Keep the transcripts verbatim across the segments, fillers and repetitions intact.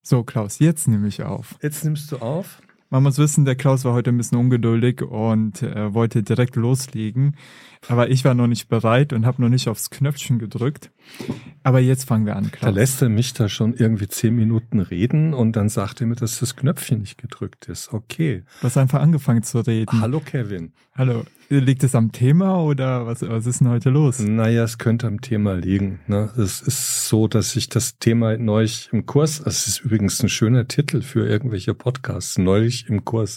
So, Klaus, jetzt nehme ich auf. Jetzt nimmst du auf? Man muss wissen, der Klaus war heute ein bisschen ungeduldig und äh, wollte direkt loslegen. Aber ich war noch nicht bereit und habe noch nicht aufs Knöpfchen gedrückt. Aber jetzt fangen wir an, Klaus. Da lässt er mich da schon irgendwie zehn Minuten reden und dann sagt er mir, dass das Knöpfchen nicht gedrückt ist. Okay. Du hast einfach angefangen zu reden. Hallo Kevin. Hallo. Liegt es am Thema oder was, was ist denn heute los? Naja, es könnte am Thema liegen. Ne? Es ist so, dass ich das Thema neulich im Kurs, das ist übrigens ein schöner Titel für irgendwelche Podcasts, neulich im Kurs.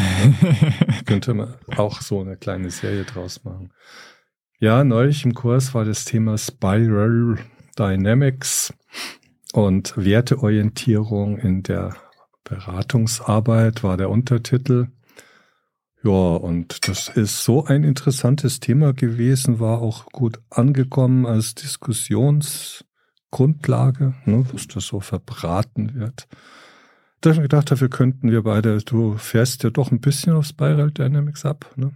Könnte man auch so eine kleine Serie draus machen. Ja, neulich im Kurs war das Thema Spiral Dynamics und Werteorientierung in der Beratungsarbeit war der Untertitel. Ja, und das ist so ein interessantes Thema gewesen, war auch gut angekommen als Diskussionsgrundlage, ne, was das so verbraten wird. Da habe ich mir gedacht, dafür könnten wir beide, du fährst ja doch ein bisschen auf Spiral Dynamics ab, ne?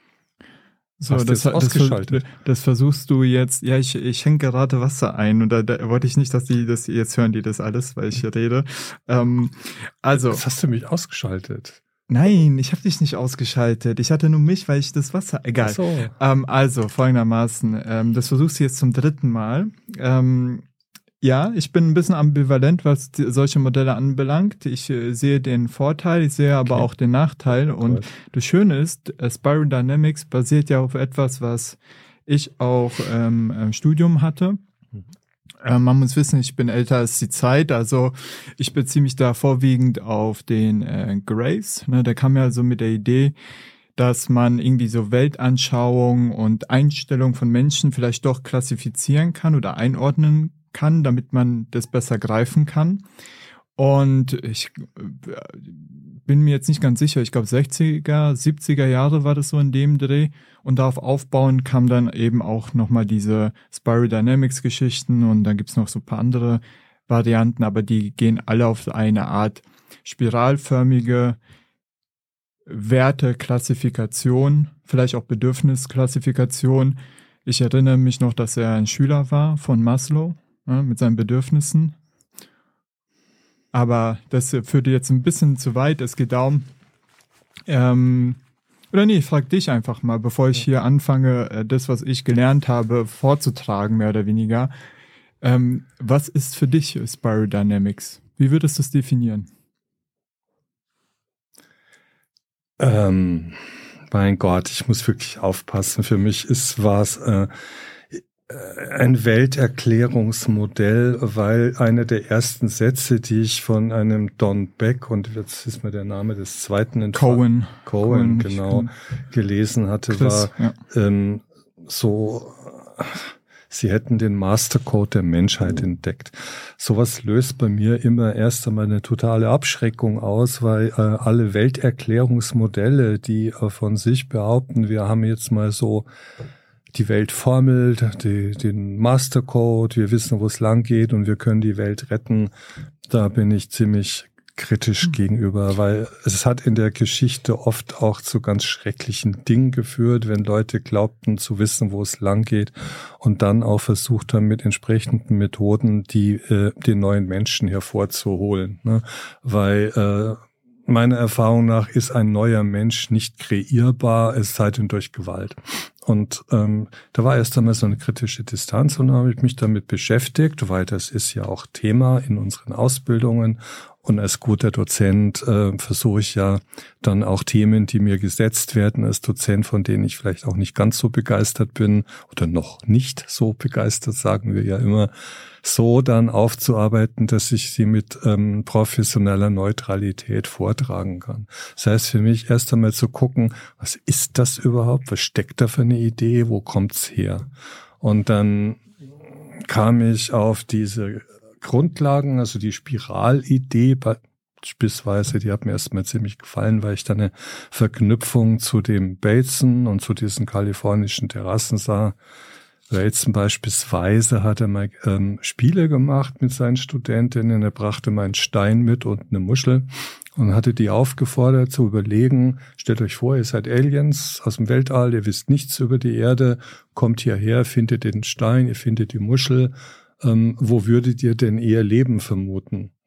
So, das, das, ausgeschaltet. Das, das versuchst du jetzt, ja, ich, ich schenke gerade Wasser ein und da, da wollte ich nicht, dass die das, jetzt hören die das alles, weil ich hier rede. Ähm, also. Jetzt hast du mich ausgeschaltet. Nein, ich habe dich nicht ausgeschaltet. Ich hatte nur mich, weil ich das Wasser, egal. Ach so. Ähm, also, folgendermaßen, ähm, das versuchst du jetzt zum dritten Mal. Ähm, ja, ich bin ein bisschen ambivalent, was die, solche Modelle anbelangt. Ich äh, sehe den Vorteil, ich sehe aber okay. auch den Nachteil. Und cool. Das Schöne ist, äh, Spiral Dynamics basiert ja auf etwas, was ich auch ähm, im Studium hatte. Mhm. Äh, man muss wissen, ich bin älter als die Zeit, also ich beziehe mich da vorwiegend auf den äh, Graves. Ne, der kam ja so mit der Idee, dass man irgendwie so Weltanschauung und Einstellung von Menschen vielleicht doch klassifizieren kann oder einordnen kann, damit man das besser greifen kann. Und ich bin mir jetzt nicht ganz sicher, ich glaube sechziger, siebziger Jahre war das so in dem Dreh. Und darauf aufbauen kam dann eben auch nochmal diese Spiral Dynamics Geschichten und dann gibt's noch so ein paar andere Varianten, aber die gehen alle auf eine Art spiralförmige Werteklassifikation, vielleicht auch Bedürfnisklassifikation. Ich erinnere mich noch, dass er ein Schüler war von Maslow, ja, mit seinen Bedürfnissen. Aber das führt jetzt ein bisschen zu weit. Es geht darum, ähm, oder nee, ich frage dich einfach mal, bevor ich hier anfange, das, was ich gelernt habe, vorzutragen, mehr oder weniger. Ähm, was ist für dich Spiral Dynamics? Wie würdest du es definieren? Ähm, mein Gott, ich muss wirklich aufpassen. Für mich ist was äh, ein Welterklärungsmodell, weil einer der ersten Sätze, die ich von einem Don Beck, und jetzt ist mir der Name des zweiten entfallen, Cohen, Cohen, genau, gelesen hatte, Chris, war ja. ähm, so, sie hätten den Mastercode der Menschheit entdeckt. Sowas löst bei mir immer erst einmal eine totale Abschreckung aus, weil äh, alle Welterklärungsmodelle, die äh, von sich behaupten, wir haben jetzt mal so die Weltformel, die, den Mastercode, wir wissen, wo es lang geht und wir können die Welt retten. Da bin ich ziemlich kritisch mhm. gegenüber, weil es hat in der Geschichte oft auch zu ganz schrecklichen Dingen geführt, wenn Leute glaubten zu wissen, wo es lang geht und dann auch versucht haben, mit entsprechenden Methoden die äh, den neuen Menschen hervorzuholen. Ne? Weil äh, meiner Erfahrung nach ist ein neuer Mensch nicht kreierbar, es sei denn durch Gewalt. Und ähm, da war erst einmal so eine kritische Distanz und dann habe ich mich damit beschäftigt, weil das ist ja auch Thema in unseren Ausbildungen. Und als guter Dozent äh, versuche ich ja dann auch Themen, die mir gesetzt werden als Dozent, von denen ich vielleicht auch nicht ganz so begeistert bin oder noch nicht so begeistert, sagen wir ja immer, so dann aufzuarbeiten, dass ich sie mit ähm, professioneller Neutralität vortragen kann. Das heißt für mich erst einmal zu gucken, was ist das überhaupt? Was steckt da für eine Idee? Wo kommt's her? Und dann kam ich auf diese Grundlagen, also die Spiralidee beispielsweise, die hat mir erstmal ziemlich gefallen, weil ich da eine Verknüpfung zu dem Bateson und zu diesen kalifornischen Terrassen sah. Bateson beispielsweise hat er mal ähm, Spiele gemacht mit seinen Studentinnen. Er brachte mal einen Stein mit und eine Muschel und hatte die aufgefordert zu überlegen, stellt euch vor, ihr seid Aliens aus dem Weltall, ihr wisst nichts über die Erde, kommt hierher, findet den Stein, ihr findet die Muschel. Ähm, wo würdet ihr denn eher Leben vermuten?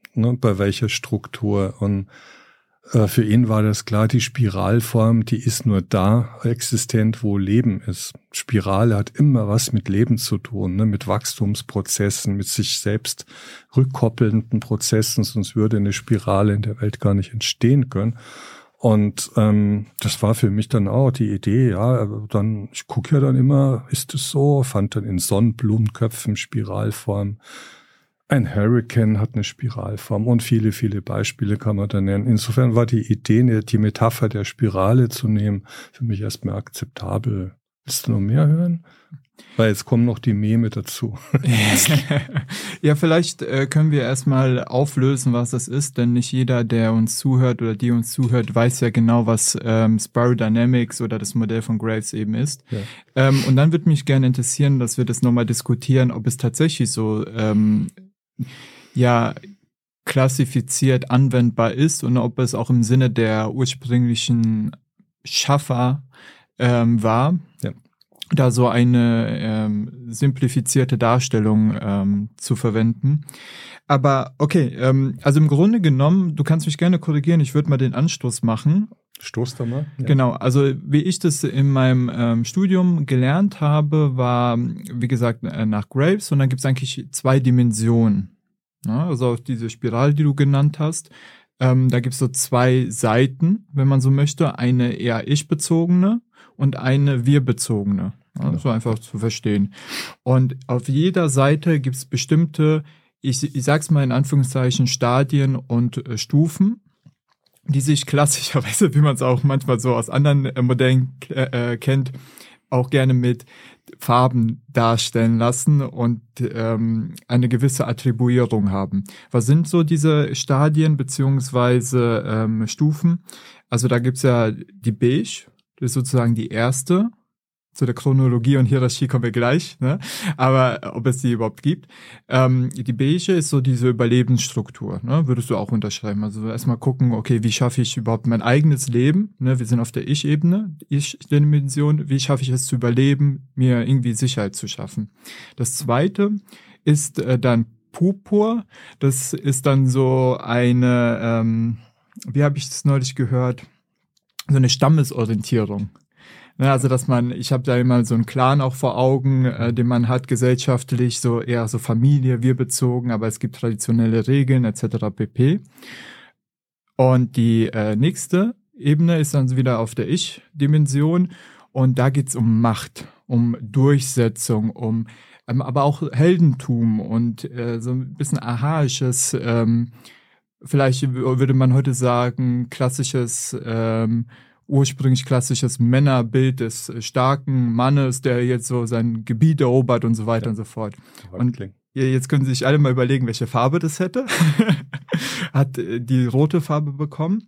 ne, bei welcher Struktur. Und äh, für ihn war das klar, die Spiralform, die ist nur da existent, wo Leben ist. Spirale hat immer was mit Leben zu tun, ne, mit Wachstumsprozessen, mit sich selbst rückkoppelnden Prozessen, sonst würde eine Spirale in der Welt gar nicht entstehen können. Und ähm, das war für mich dann auch die Idee, ja, dann, ich gucke ja dann immer, ist es so, fand dann in Sonnenblumenköpfen Spiralform. Ein Hurricane hat eine Spiralform und viele, viele Beispiele kann man da nennen. Insofern war die Idee, die Metapher der Spirale zu nehmen, für mich erstmal akzeptabel. Willst du noch mehr hören? Weil jetzt kommen noch die Meme dazu. Ja, vielleicht äh, können wir erstmal auflösen, was das ist, denn nicht jeder, der uns zuhört oder die uns zuhört, weiß ja genau, was ähm, Spiral Dynamics oder das Modell von Graves eben ist. Ja. Ähm, und dann würde mich gerne interessieren, dass wir das nochmal diskutieren, ob es tatsächlich so ähm, ja klassifiziert anwendbar ist und ob es auch im Sinne der ursprünglichen Schaffer ähm, war. Ja. Da so eine ähm, simplifizierte Darstellung ähm, zu verwenden. Aber okay, ähm, also im Grunde genommen, du kannst mich gerne korrigieren, ich würde mal den Anstoß machen. Stoß da mal. Ja. Genau, also wie ich das in meinem ähm, Studium gelernt habe, war, wie gesagt, äh, nach Graves und dann gibt es eigentlich zwei Dimensionen. Ja, also auf diese Spirale, die du genannt hast, ähm, da gibt es so zwei Seiten, wenn man so möchte, eine eher ich-bezogene und eine wir-bezogene. Ja, so einfach zu verstehen. Und auf jeder Seite gibt es bestimmte, ich, ich sag's mal in Anführungszeichen, Stadien und äh, Stufen, die sich klassischerweise, wie man es auch manchmal so aus anderen äh, Modellen äh, kennt, auch gerne mit Farben darstellen lassen und ähm, eine gewisse Attribuierung haben. Was sind so diese Stadien beziehungsweise ähm, Stufen? Also da gibt's ja die Beige, das ist sozusagen die erste. Zu der Chronologie und Hierarchie kommen wir gleich, ne? Aber ob es die überhaupt gibt. Ähm, die Beige ist so diese Überlebensstruktur, ne? Würdest du auch unterschreiben. Also erstmal gucken, okay, wie schaffe ich überhaupt mein eigenes Leben? Ne? Wir sind auf der Ich-Ebene, Ich-Dimension. Wie schaffe ich es zu überleben, mir irgendwie Sicherheit zu schaffen? Das zweite ist äh, dann Purpur. Das ist dann so eine, ähm, wie habe ich das neulich gehört? So eine Stammesorientierung. Also, dass man, ich habe da immer so einen Clan auch vor Augen, äh, den man hat gesellschaftlich, so eher so Familie, wir bezogen, aber es gibt traditionelle Regeln et cetera pp. Und die äh, nächste Ebene ist dann wieder auf der Ich-Dimension und da geht's um Macht, um Durchsetzung, um ähm, aber auch Heldentum und äh, so ein bisschen archaisches, ähm, vielleicht würde man heute sagen, klassisches ähm, ursprünglich klassisches Männerbild des starken Mannes, der jetzt so sein Gebiet erobert und so weiter ja. und so fort. Und jetzt können Sie sich alle mal überlegen, welche Farbe das hätte. Hat die rote Farbe bekommen.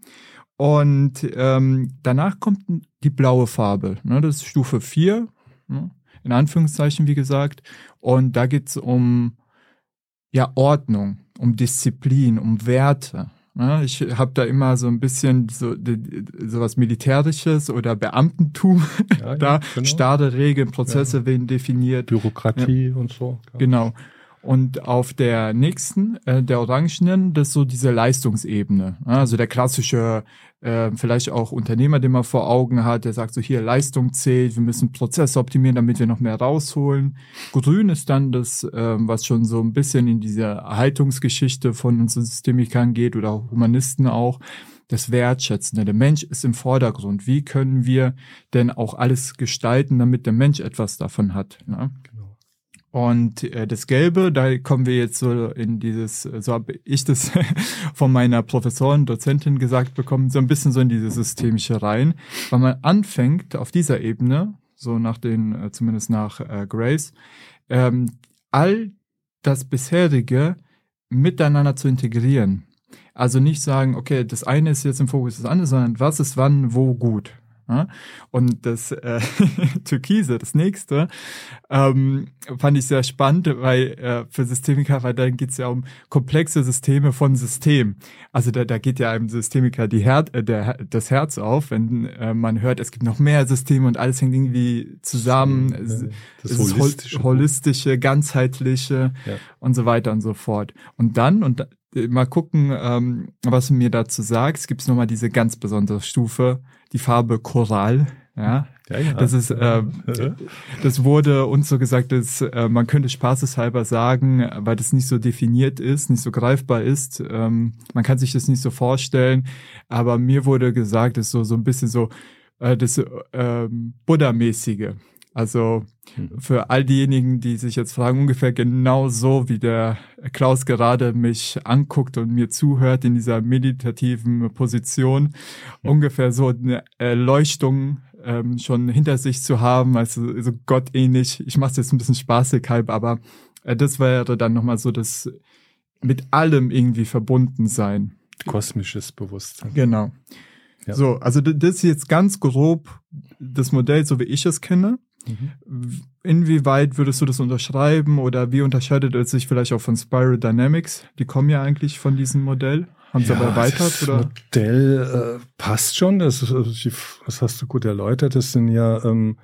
Und ähm, danach kommt die blaue Farbe. Ne? Das ist Stufe vier, ne? In Anführungszeichen, wie gesagt. Und da geht's um ja Ordnung, um Disziplin, um Werte. Ja, ich habe da immer so ein bisschen so, so was Militärisches oder Beamtentum, ja, da ja, genau. Starre Regeln, Prozesse ja. werden definiert. Bürokratie ja. und so. Ja. Genau. Und auf der nächsten, äh, der Orangenen, das ist so diese Leistungsebene. Also der klassische, äh, vielleicht auch Unternehmer, den man vor Augen hat, der sagt so, hier, Leistung zählt, wir müssen Prozesse optimieren, damit wir noch mehr rausholen. Grün ist dann das, äh, was schon so ein bisschen in diese Erhaltungsgeschichte von uns Systemikern geht oder Humanisten auch, das Wertschätzende. Der Mensch ist im Vordergrund. Wie können wir denn auch alles gestalten, damit der Mensch etwas davon hat? Ne? Und äh, das Gelbe, da kommen wir jetzt so in dieses, so habe ich das von meiner Professorin, Dozentin gesagt bekommen, so ein bisschen so in diese systemische rein, weil man anfängt auf dieser Ebene, so nach den, äh, zumindest nach äh, Grace, ähm, all das bisherige miteinander zu integrieren. Also nicht sagen, okay, das eine ist jetzt im Fokus, das andere, sondern was ist wann, wo gut. Ja? Und das äh, Türkise, das nächste, ähm, fand ich sehr spannend, weil äh, für Systemiker, weil dann geht's ja um komplexe Systeme von System. Also da, da geht ja einem Systemiker die Her- äh, der, das Herz auf, wenn äh, man hört, es gibt noch mehr Systeme und alles hängt irgendwie zusammen. Ja, es, das es holistische, ist hol- holistische, ganzheitliche ja. und so weiter und so fort. Und dann, und mal gucken, ähm, was du mir dazu sagst. Gibt es nochmal diese ganz besondere Stufe, die Farbe Coral. Ja, ja, ja. Das ist, äh, das wurde uns so gesagt, dass äh, man könnte spaßeshalber sagen, weil das nicht so definiert ist, nicht so greifbar ist. Ähm, man kann sich das nicht so vorstellen. Aber mir wurde gesagt, das ist so so ein bisschen so äh, das äh, Buddha-mäßige. Also für all diejenigen, die sich jetzt fragen, ungefähr genau so, wie der Klaus gerade mich anguckt und mir zuhört in dieser meditativen Position, mhm. ungefähr so eine Erleuchtung ähm, schon hinter sich zu haben, also so gottähnlich. Ich mache es jetzt ein bisschen spaßig halb, aber äh, das wäre dann nochmal so das mit allem irgendwie verbunden sein. Kosmisches Bewusstsein. Genau. Ja. So, also das ist jetzt ganz grob das Modell, so wie ich es kenne. Mhm. Inwieweit würdest du das unterschreiben oder wie unterscheidet es sich vielleicht auch von Spiral Dynamics? Die kommen ja eigentlich von diesem Modell. Haben sie ja, aber erweitert? Das oder? Modell äh, passt schon, das, ist, das hast du gut erläutert. Das sind ja ähm,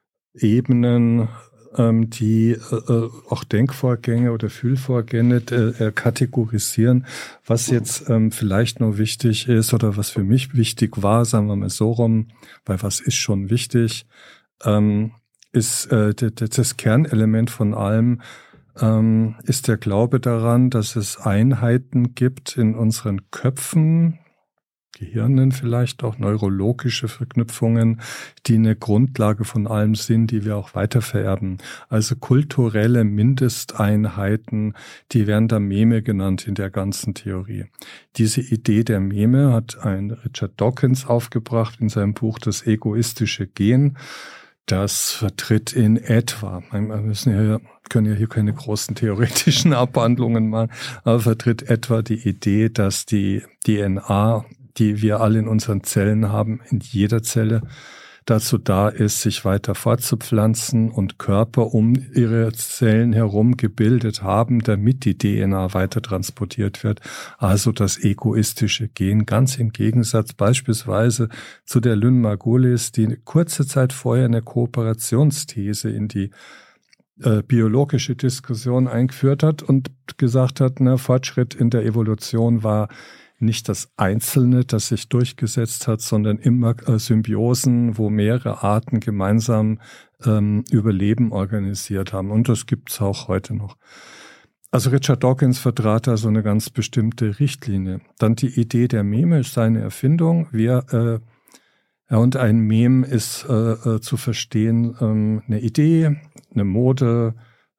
Ebenen, ähm, die äh, auch Denkvorgänge oder Fühlvorgänge äh, kategorisieren. Was jetzt ähm, vielleicht noch wichtig ist oder was für mich wichtig war, sagen wir mal so rum, weil was ist schon wichtig, ähm, ist äh, das Kernelement von allem, ähm, ist der Glaube daran, dass es Einheiten gibt in unseren Köpfen, Gehirnen vielleicht auch, neurologische Verknüpfungen, die eine Grundlage von allem sind, die wir auch weitervererben. Also kulturelle Mindesteinheiten, die werden da Meme genannt in der ganzen Theorie. Diese Idee der Meme hat ein Richard Dawkins aufgebracht in seinem Buch Das egoistische Gen. Das vertritt in etwa, wir müssen ja, können ja hier keine großen theoretischen Abhandlungen machen, aber vertritt etwa die Idee, dass die D N A, die wir alle in unseren Zellen haben, in jeder Zelle dazu da ist, sich weiter fortzupflanzen und Körper um ihre Zellen herum gebildet haben, damit die D N A weiter transportiert wird. Also das egoistische Gen, ganz im Gegensatz beispielsweise zu der Lynn Margulis, die kurze Zeit vorher eine Kooperationsthese in die äh, biologische Diskussion eingeführt hat und gesagt hat, na, Fortschritt in der Evolution war nicht das Einzelne, das sich durchgesetzt hat, sondern immer äh, Symbiosen, wo mehrere Arten gemeinsam ähm, Überleben organisiert haben. Und das gibt's auch heute noch. Also Richard Dawkins vertrat da so eine ganz bestimmte Richtlinie. Dann die Idee der Meme ist seine Erfindung. Wir, äh, ja, und ein Meme ist äh, äh, zu verstehen ähm, eine Idee, eine Mode,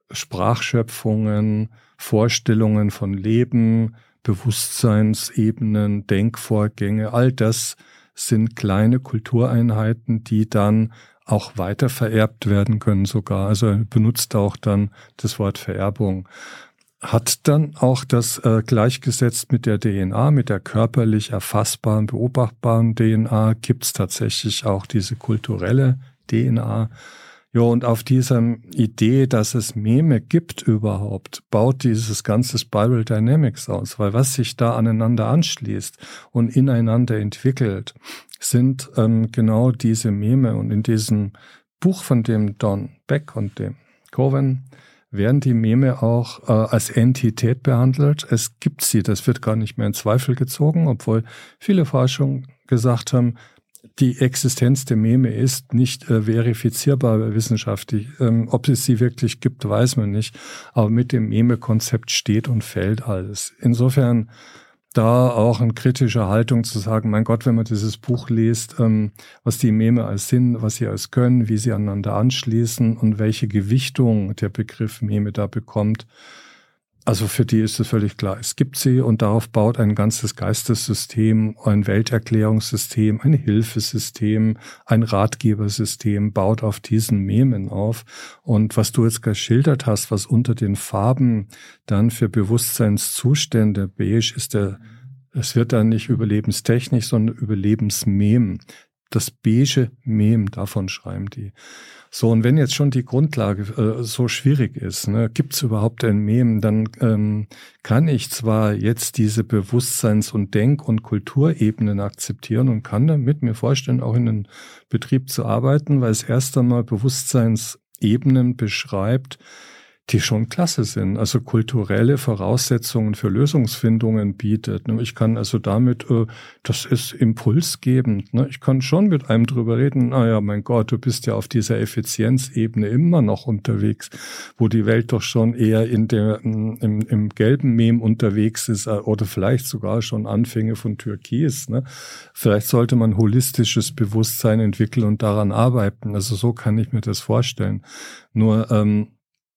Sprachschöpfungen, Vorstellungen von Leben, Bewusstseinsebenen, Denkvorgänge, all das sind kleine Kultureinheiten, die dann auch weiter vererbt werden können sogar. Also er benutzt auch dann das Wort Vererbung. Hat dann auch das äh, gleichgesetzt mit der D N A, mit der körperlich erfassbaren, beobachtbaren D N A, gibt es tatsächlich auch diese kulturelle D N A. Ja, und auf dieser Idee, dass es Meme gibt überhaupt, baut dieses ganze Spiral Dynamics aus, weil was sich da aneinander anschließt und ineinander entwickelt, sind ähm, genau diese Meme. Und in diesem Buch von dem Don Beck und dem Cohen werden die Meme auch äh, als Entität behandelt. Es gibt sie, das wird gar nicht mehr in Zweifel gezogen, obwohl viele Forschungen gesagt haben, die Existenz der Meme ist nicht äh, verifizierbar wissenschaftlich. Ähm, ob es sie wirklich gibt, weiß man nicht. Aber mit dem Meme-Konzept steht und fällt alles. Insofern da auch eine kritische Haltung zu sagen, mein Gott, wenn man dieses Buch liest, ähm, was die Meme als sind, was sie als können, wie sie aneinander anschließen und welche Gewichtung der Begriff Meme da bekommt. Also für die ist es völlig klar, es gibt sie und darauf baut ein ganzes Geistessystem, ein Welterklärungssystem, ein Hilfesystem, ein Ratgebersystem, baut auf diesen Memen auf. Und was du jetzt geschildert hast, was unter den Farben dann für Bewusstseinszustände, beige ist der, es wird dann nicht überlebenstechnisch, sondern überlebensmem. Das beige Mem, davon schreiben die. So, und wenn jetzt schon die Grundlage äh, so schwierig ist, ne, gibt es überhaupt ein Mem, dann ähm, kann ich zwar jetzt diese Bewusstseins- und Denk- und Kulturebenen akzeptieren und kann damit mir vorstellen, auch in einem Betrieb zu arbeiten, weil es erst einmal Bewusstseinsebenen beschreibt, die schon klasse sind, also kulturelle Voraussetzungen für Lösungsfindungen bietet. Ich kann also damit, das ist impulsgebend. Ich kann schon mit einem drüber reden, naja, mein Gott, du bist ja auf dieser Effizienzebene immer noch unterwegs, wo die Welt doch schon eher in der, im, im gelben Mem unterwegs ist oder vielleicht sogar schon Anfänge von Türkis. Vielleicht sollte man holistisches Bewusstsein entwickeln und daran arbeiten. Also so kann ich mir das vorstellen. Nur, ähm,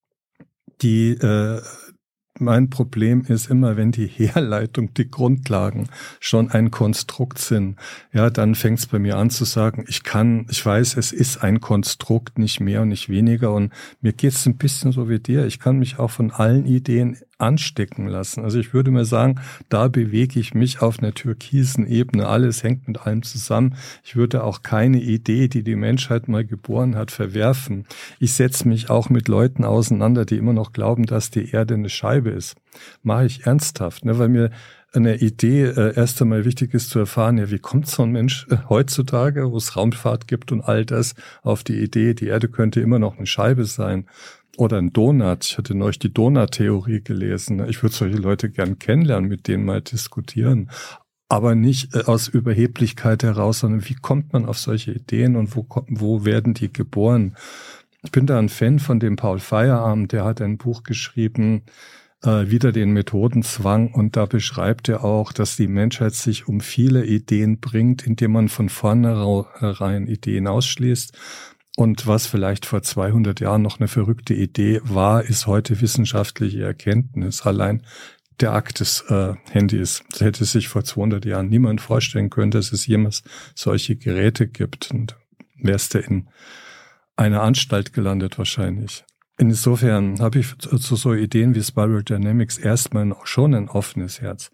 Die, äh, mein Problem ist immer, wenn die Herleitung, die Grundlagen schon ein Konstrukt sind, ja, dann fängt es bei mir an zu sagen, ich kann, ich weiß, es ist ein Konstrukt, nicht mehr und nicht weniger und mir geht es ein bisschen so wie dir. Ich kann mich auch von allen Ideen anstecken lassen. Also ich würde mal sagen, da bewege ich mich auf einer türkisen Ebene. Alles hängt mit allem zusammen. Ich würde auch keine Idee, die die Menschheit mal geboren hat, verwerfen. Ich setze mich auch mit Leuten auseinander, die immer noch glauben, dass die Erde eine Scheibe ist. Mache ich ernsthaft, ne? Weil mir eine Idee äh, erst einmal wichtig ist zu erfahren, ja, wie kommt so ein Mensch äh, heutzutage, wo es Raumfahrt gibt und all das, auf die Idee, die Erde könnte immer noch eine Scheibe sein. Oder ein Donut. Ich hatte neulich die Donut-Theorie gelesen. Ich würde solche Leute gern kennenlernen, mit denen mal diskutieren. Aber nicht äh, aus Überheblichkeit heraus, sondern wie kommt man auf solche Ideen und wo, wo werden die geboren? Ich bin da ein Fan von dem Paul Feyerabend, der hat ein Buch geschrieben, äh, Wider den Methodenzwang, und da beschreibt er auch, dass die Menschheit sich um viele Ideen bringt, indem man von vornherein Ideen ausschließt. Und was vielleicht vor zweihundert Jahren noch eine verrückte Idee war, ist heute wissenschaftliche Erkenntnis. Allein der Akt des äh, Handys. Das hätte sich vor zweihundert Jahren niemand vorstellen können, dass es jemals solche Geräte gibt. Und wärst du in einer Anstalt gelandet wahrscheinlich. Insofern habe ich zu so Ideen wie Spiral Dynamics erstmal schon ein offenes Herz.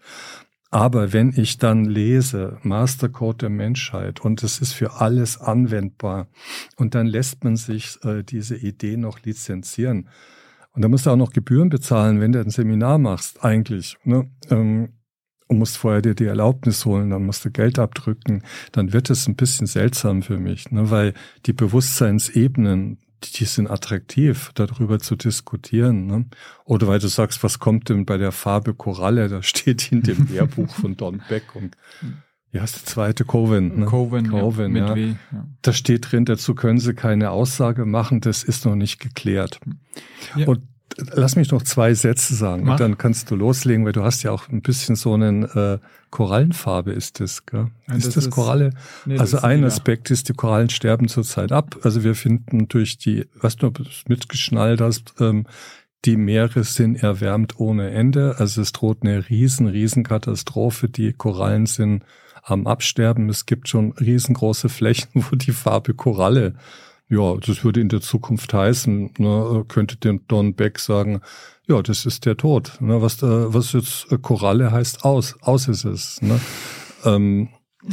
Aber wenn ich dann lese, Mastercode der Menschheit, und es ist für alles anwendbar, und dann lässt man sich äh, diese Idee noch lizenzieren. Und da musst du auch noch Gebühren bezahlen, wenn du ein Seminar machst, eigentlich. Ne? Ähm, und musst vorher dir die Erlaubnis holen, dann musst du Geld abdrücken. Dann wird es ein bisschen seltsam für mich, ne? Weil die Bewusstseinsebenen, die sind attraktiv, darüber zu diskutieren. Ne? Oder weil du sagst, was kommt denn bei der Farbe Koralle? Da steht in dem Lehrbuch von Don Beck und ja, ist der zweite Coven. Ne? Coven, Coven, ja, ja. mit W, ja. Da steht drin, dazu können sie keine Aussage machen, das ist noch nicht geklärt. Ja. Und lass mich noch zwei Sätze sagen, Mach. Und dann kannst du loslegen, weil du hast ja auch ein bisschen so einen äh, Korallenfarbe ist das, gell? Ja, ist das, das Koralle? Ist, nee, also das ein wieder. Aspekt ist, die Korallen sterben zurzeit ab. Also wir finden durch die, weißt du, ob du es mitgeschnallt hast, ähm, die Meere sind erwärmt ohne Ende. Also es droht eine riesen, riesen Katastrophe. Die Korallen sind am Absterben. Es gibt schon riesengroße Flächen, wo die Farbe Koralle, ja, das würde in der Zukunft heißen, ne, könnte der Don Beck sagen, ja, das ist der Tod. Ne, was, da, was jetzt Koralle heißt, aus, aus ist es. Ne? Ähm,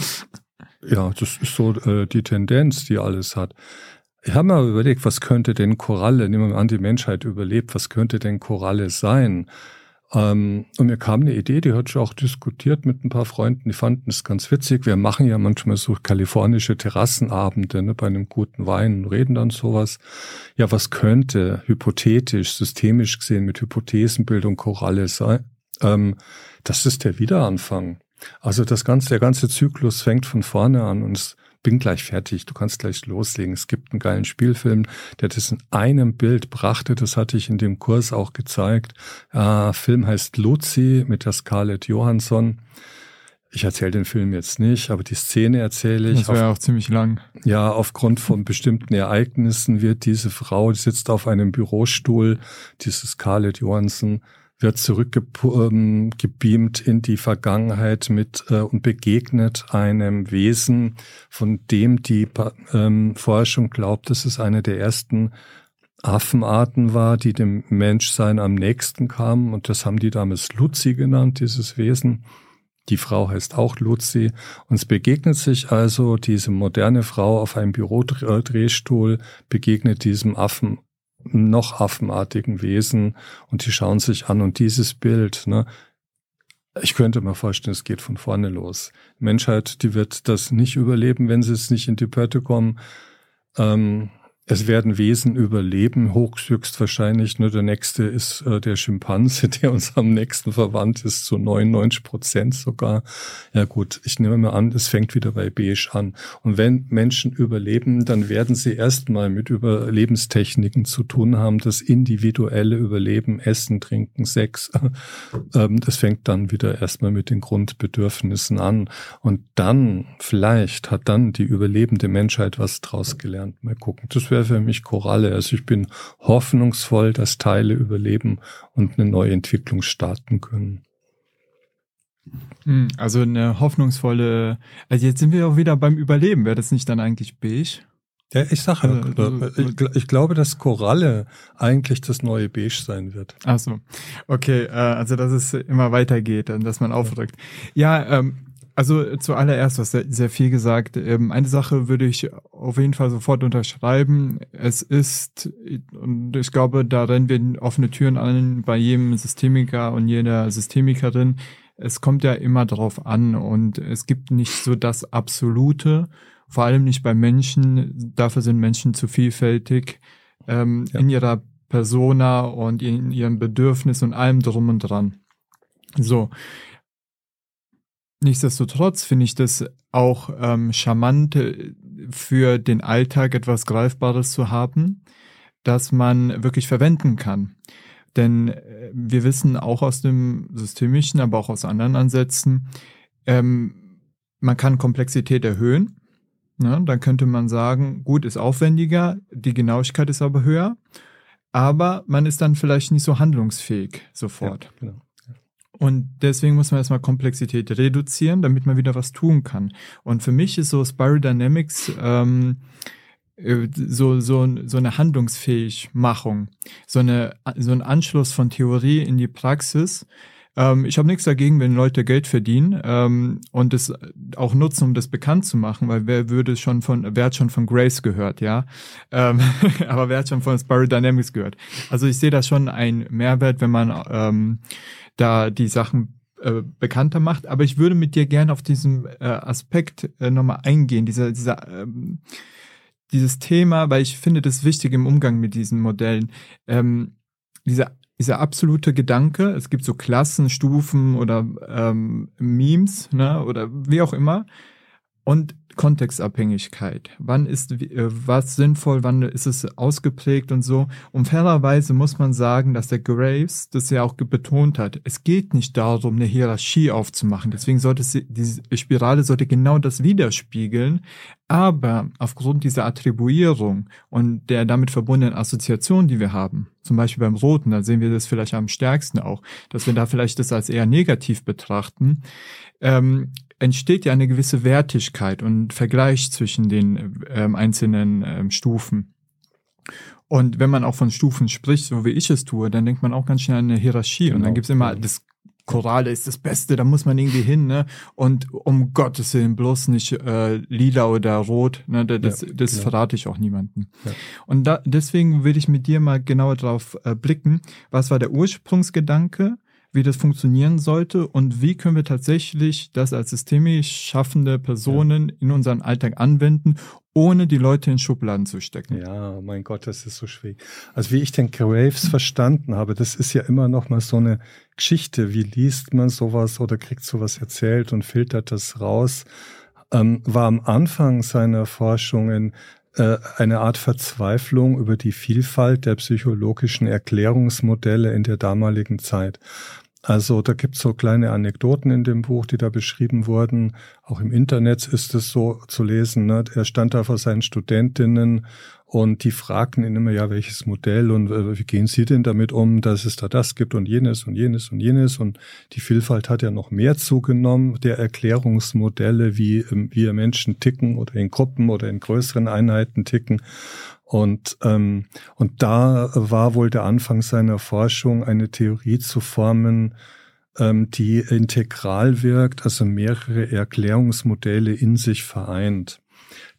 ja, das ist so äh, die Tendenz, die alles hat. Ich habe mal überlegt, was könnte denn Koralle, nehmen wir mal an, die Menschheit überlebt, was könnte denn Koralle sein? Ähm, und mir kam eine Idee, die hatte ich auch diskutiert mit ein paar Freunden, die fanden es ganz witzig. Wir machen ja manchmal so kalifornische Terrassenabende, ne, bei einem guten Wein und reden dann sowas. Ja, was könnte hypothetisch, systemisch gesehen mit Hypothesenbildung Koralle sein? Ähm, das ist der Wiederanfang. Also das ganze, der ganze Zyklus fängt von vorne an und es bin gleich fertig, du kannst gleich loslegen. Es gibt einen geilen Spielfilm, der das in einem Bild brachte, das hatte ich in dem Kurs auch gezeigt. Äh, Film heißt Lucy mit der Scarlett Johansson. Ich erzähle den Film jetzt nicht, aber die Szene erzähle ich. Das wäre auch ziemlich lang. Ja, aufgrund von bestimmten Ereignissen wird diese Frau, die sitzt auf einem Bürostuhl, diese Scarlett Johansson, wird zurückgebeamt in die Vergangenheit mit äh, und begegnet einem Wesen, von dem die ähm, Forschung glaubt, dass es eine der ersten Affenarten war, die dem Menschsein am nächsten kam. Und das haben die damals Lucy genannt, dieses Wesen. Die Frau heißt auch Lucy. Und es begegnet sich also diese moderne Frau auf einem Bürodrehstuhl, begegnet diesem Affen noch affenartigen Wesen und die schauen sich an und dieses Bild, ne, ich könnte mir vorstellen, es geht von vorne los. Die Menschheit, die wird das nicht überleben, wenn sie es nicht in die Pötte kommen. Ähm, es werden Wesen überleben, höchstwahrscheinlich. Ne, der nächste ist äh, der Schimpanse, der uns am nächsten verwandt ist, zu neunundneunzig Prozent sogar. Ja gut, ich nehme mal an, es fängt wieder bei Beige an. Und wenn Menschen überleben, dann werden sie erstmal mit Überlebenstechniken zu tun haben, das individuelle Überleben, Essen, Trinken, Sex. ähm, das fängt dann wieder erstmal mit den Grundbedürfnissen an. Und dann, vielleicht hat dann die überlebende Menschheit was draus gelernt. Mal gucken. Das wäre für mich Koralle. Also ich bin hoffnungsvoll, dass Teile überleben und eine neue Entwicklung starten können. Also eine hoffnungsvolle, also jetzt sind wir auch wieder beim Überleben. Wäre das nicht dann eigentlich beige? Ja, ich sage ja, also, ich, ich glaube, dass Koralle eigentlich das neue Beige sein wird. Ach so, okay, also dass es immer weitergeht, dass man aufrückt. Ja, ähm, also zuallererst, du hast sehr, sehr viel gesagt. Ähm, eine Sache würde ich auf jeden Fall sofort unterschreiben. Es ist, und ich glaube, da rennen wir offene Türen an bei jedem Systemiker und jeder Systemikerin. Es kommt ja immer drauf an und es gibt nicht so das Absolute, vor allem nicht bei Menschen. Dafür sind Menschen zu vielfältig ähm, ja. in ihrer Persona und in ihren Bedürfnissen und allem drum und dran. So. Nichtsdestotrotz finde ich das auch ähm, charmant, für den Alltag etwas Greifbares zu haben, das man wirklich verwenden kann. Denn äh, wir wissen auch aus dem Systemischen, aber auch aus anderen Ansätzen, ähm, man kann Komplexität erhöhen. Ne? Dann könnte man sagen, gut, ist aufwendiger, die Genauigkeit ist aber höher, aber man ist dann vielleicht nicht so handlungsfähig sofort. Ja, genau. Und deswegen muss man erstmal Komplexität reduzieren, damit man wieder was tun kann. Und für mich ist so Spiral Dynamics ähm, so so so eine Handlungsfähigmachung, so eine so ein Anschluss von Theorie in die Praxis. Ähm, ich habe nichts dagegen, wenn Leute Geld verdienen ähm, und es auch nutzen, um das bekannt zu machen, weil wer würde schon von, wer hat schon von Grace gehört, ja? Ähm, aber wer hat schon von Spiral Dynamics gehört? Also ich sehe da schon einen Mehrwert, wenn man ähm, da die Sachen äh, bekannter macht. Aber ich würde mit dir gerne auf diesen äh, Aspekt äh, nochmal eingehen, dieser dieser ähm, dieses Thema, weil ich finde das wichtig im Umgang mit diesen Modellen. Ähm, dieser Dieser absolute Gedanke, es gibt so Klassen, Stufen oder ähm, Memes, ne, oder wie auch immer. Und Kontextabhängigkeit. Wann ist äh, was sinnvoll, wann ist es ausgeprägt und so. Und fairerweise muss man sagen, dass der Graves das ja auch betont hat. Es geht nicht darum, eine Hierarchie aufzumachen. Deswegen sollte es, diese Spirale sollte genau das widerspiegeln. Aber aufgrund dieser Attribuierung und der damit verbundenen Assoziation, die wir haben, zum Beispiel beim Roten, da sehen wir das vielleicht am stärksten auch, dass wir da vielleicht das als eher negativ betrachten, ähm, entsteht ja eine gewisse Wertigkeit und Vergleich zwischen den ähm, einzelnen ähm, Stufen. Und wenn man auch von Stufen spricht, so wie ich es tue, dann denkt man auch ganz schnell an eine Hierarchie. Genau. Und dann gibt's immer, das Koralle ist das Beste, da muss man irgendwie hin, ne? Und um Gottes Willen bloß nicht äh, lila oder rot, ne? Das, ja, das ja. verrate ich auch niemandem. Ja. Und da, deswegen will ich mit dir mal genauer drauf äh, blicken, was war der Ursprungsgedanke, wie das funktionieren sollte und wie können wir tatsächlich das als systemisch schaffende Personen ja. in unseren Alltag anwenden, ohne die Leute in Schubladen zu stecken. Ja, mein Gott, das ist so schwierig. Also wie ich den Graves verstanden habe, das ist ja immer noch mal so eine Geschichte. Wie liest man sowas oder kriegt sowas erzählt und filtert das raus? Ähm, war am Anfang seiner Forschungen äh, eine Art Verzweiflung über die Vielfalt der psychologischen Erklärungsmodelle in der damaligen Zeit. Also da gibt's so kleine Anekdoten in dem Buch, die da beschrieben wurden. Auch im Internet ist es so zu lesen. Ne? Er stand da vor seinen Studentinnen und die fragten ihn immer, ja, welches Modell und äh, wie gehen Sie denn damit um, dass es da das gibt und jenes und jenes und jenes. Und die Vielfalt hat ja noch mehr zugenommen, der Erklärungsmodelle, wie wir Menschen ticken oder in Gruppen oder in größeren Einheiten ticken. Und ähm, und da war wohl der Anfang seiner Forschung, eine Theorie zu formen, ähm, die integral wirkt, also mehrere Erklärungsmodelle in sich vereint.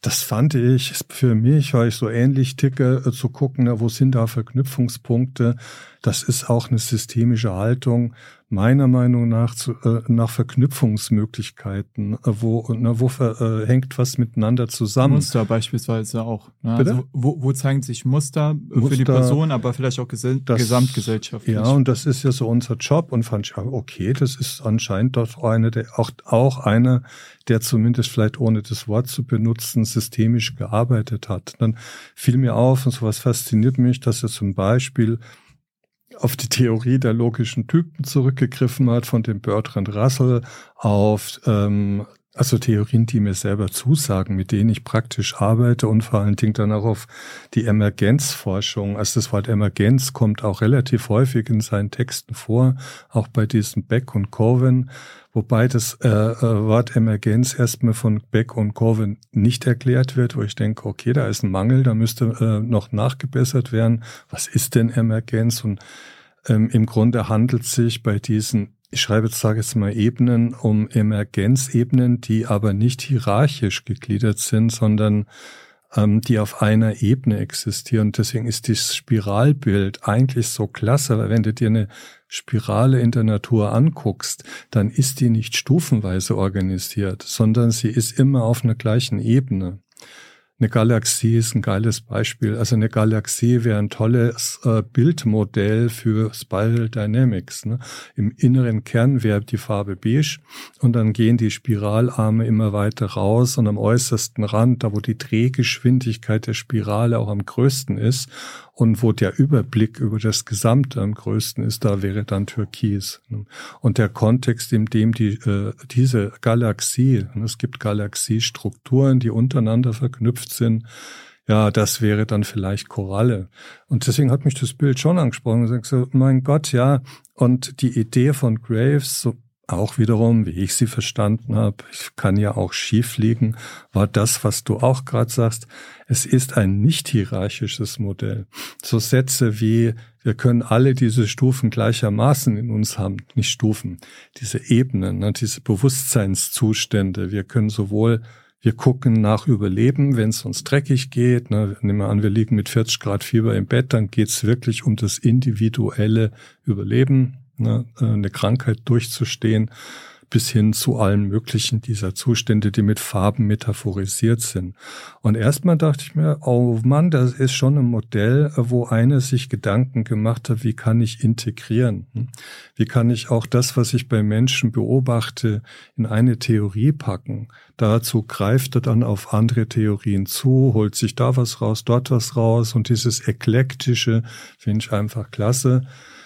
das fand ich, für mich, weil ich so ähnlich ticke, äh, zu gucken, na, wo sind da Verknüpfungspunkte. Das ist auch eine systemische Haltung, meiner Meinung nach, zu, äh, nach Verknüpfungsmöglichkeiten. Äh, wo na, wo äh, hängt was miteinander zusammen? Muster beispielsweise auch. Ne? Also wo, wo zeigen sich Muster, Muster für die Person, aber vielleicht auch gesell- das, gesamtgesellschaftlich. Ja, und das ist ja so unser Job. Und fand ich, okay, das ist anscheinend doch eine der, auch, auch einer, der zumindest vielleicht ohne das Wort zu benutzen, systemisch gearbeitet hat. Dann fiel mir auf, und sowas fasziniert mich, dass er zum Beispiel auf die Theorie der logischen Typen zurückgegriffen hat, von dem Bertrand Russell, auf ähm, also Theorien, die mir selber zusagen, mit denen ich praktisch arbeite, und vor allen Dingen dann auch auf die Emergenzforschung. Also das Wort Emergenz kommt auch relativ häufig in seinen Texten vor, auch bei diesen Beck und Cowen, wobei das äh, Wort Emergenz erstmal von Beck und Cowen nicht erklärt wird, wo ich denke, okay, da ist ein Mangel, da müsste äh, noch nachgebessert werden. Was ist denn Emergenz? Und ähm, im Grunde handelt es sich bei diesen, ich schreibe jetzt, sage jetzt mal, Ebenen um Emergenzebenen, die aber nicht hierarchisch gegliedert sind, sondern ähm, die auf einer Ebene existieren. Deswegen ist dieses Spiralbild eigentlich so klasse, weil wenn du dir eine Spirale in der Natur anguckst, dann ist die nicht stufenweise organisiert, sondern sie ist immer auf einer gleichen Ebene. Eine Galaxie ist ein geiles Beispiel. Also eine Galaxie wäre ein tolles äh, Bildmodell für Spiral Dynamics. Ne? Im inneren Kern wäre die Farbe beige und dann gehen die Spiralarme immer weiter raus und am äußersten Rand, da wo die Drehgeschwindigkeit der Spirale auch am größten ist und wo der Überblick über das Gesamte am größten ist, da wäre dann Türkis. Ne? Und der Kontext, in dem die äh, diese Galaxie, ne, es gibt Galaxiestrukturen, die untereinander verknüpft sind, ja, das wäre dann vielleicht Koralle. Und deswegen hat mich das Bild schon angesprochen. Ich sage so, mein Gott, ja. Und die Idee von Graves, so auch wiederum, wie ich sie verstanden habe, ich kann ja auch schief liegen, war das, was du auch gerade sagst. Es ist ein nicht hierarchisches Modell. So Sätze wie, wir können alle diese Stufen gleichermaßen in uns haben, nicht Stufen, diese Ebenen, ne, diese Bewusstseinszustände. Wir können sowohl Wir gucken nach Überleben, wenn es uns dreckig geht. Ne, nehmen wir an, wir liegen mit vierzig Grad Fieber im Bett, dann geht es wirklich um das individuelle Überleben, ne, eine Krankheit durchzustehen, bis hin zu allen möglichen dieser Zustände, die mit Farben metaphorisiert sind. Und erstmal dachte ich mir, oh Mann, das ist schon ein Modell, wo einer sich Gedanken gemacht hat, wie kann ich integrieren? Wie kann ich auch das, was ich bei Menschen beobachte, in eine Theorie packen? Dazu greift er dann auf andere Theorien zu, holt sich da was raus, dort was raus, und dieses Eklektische finde ich einfach klasse.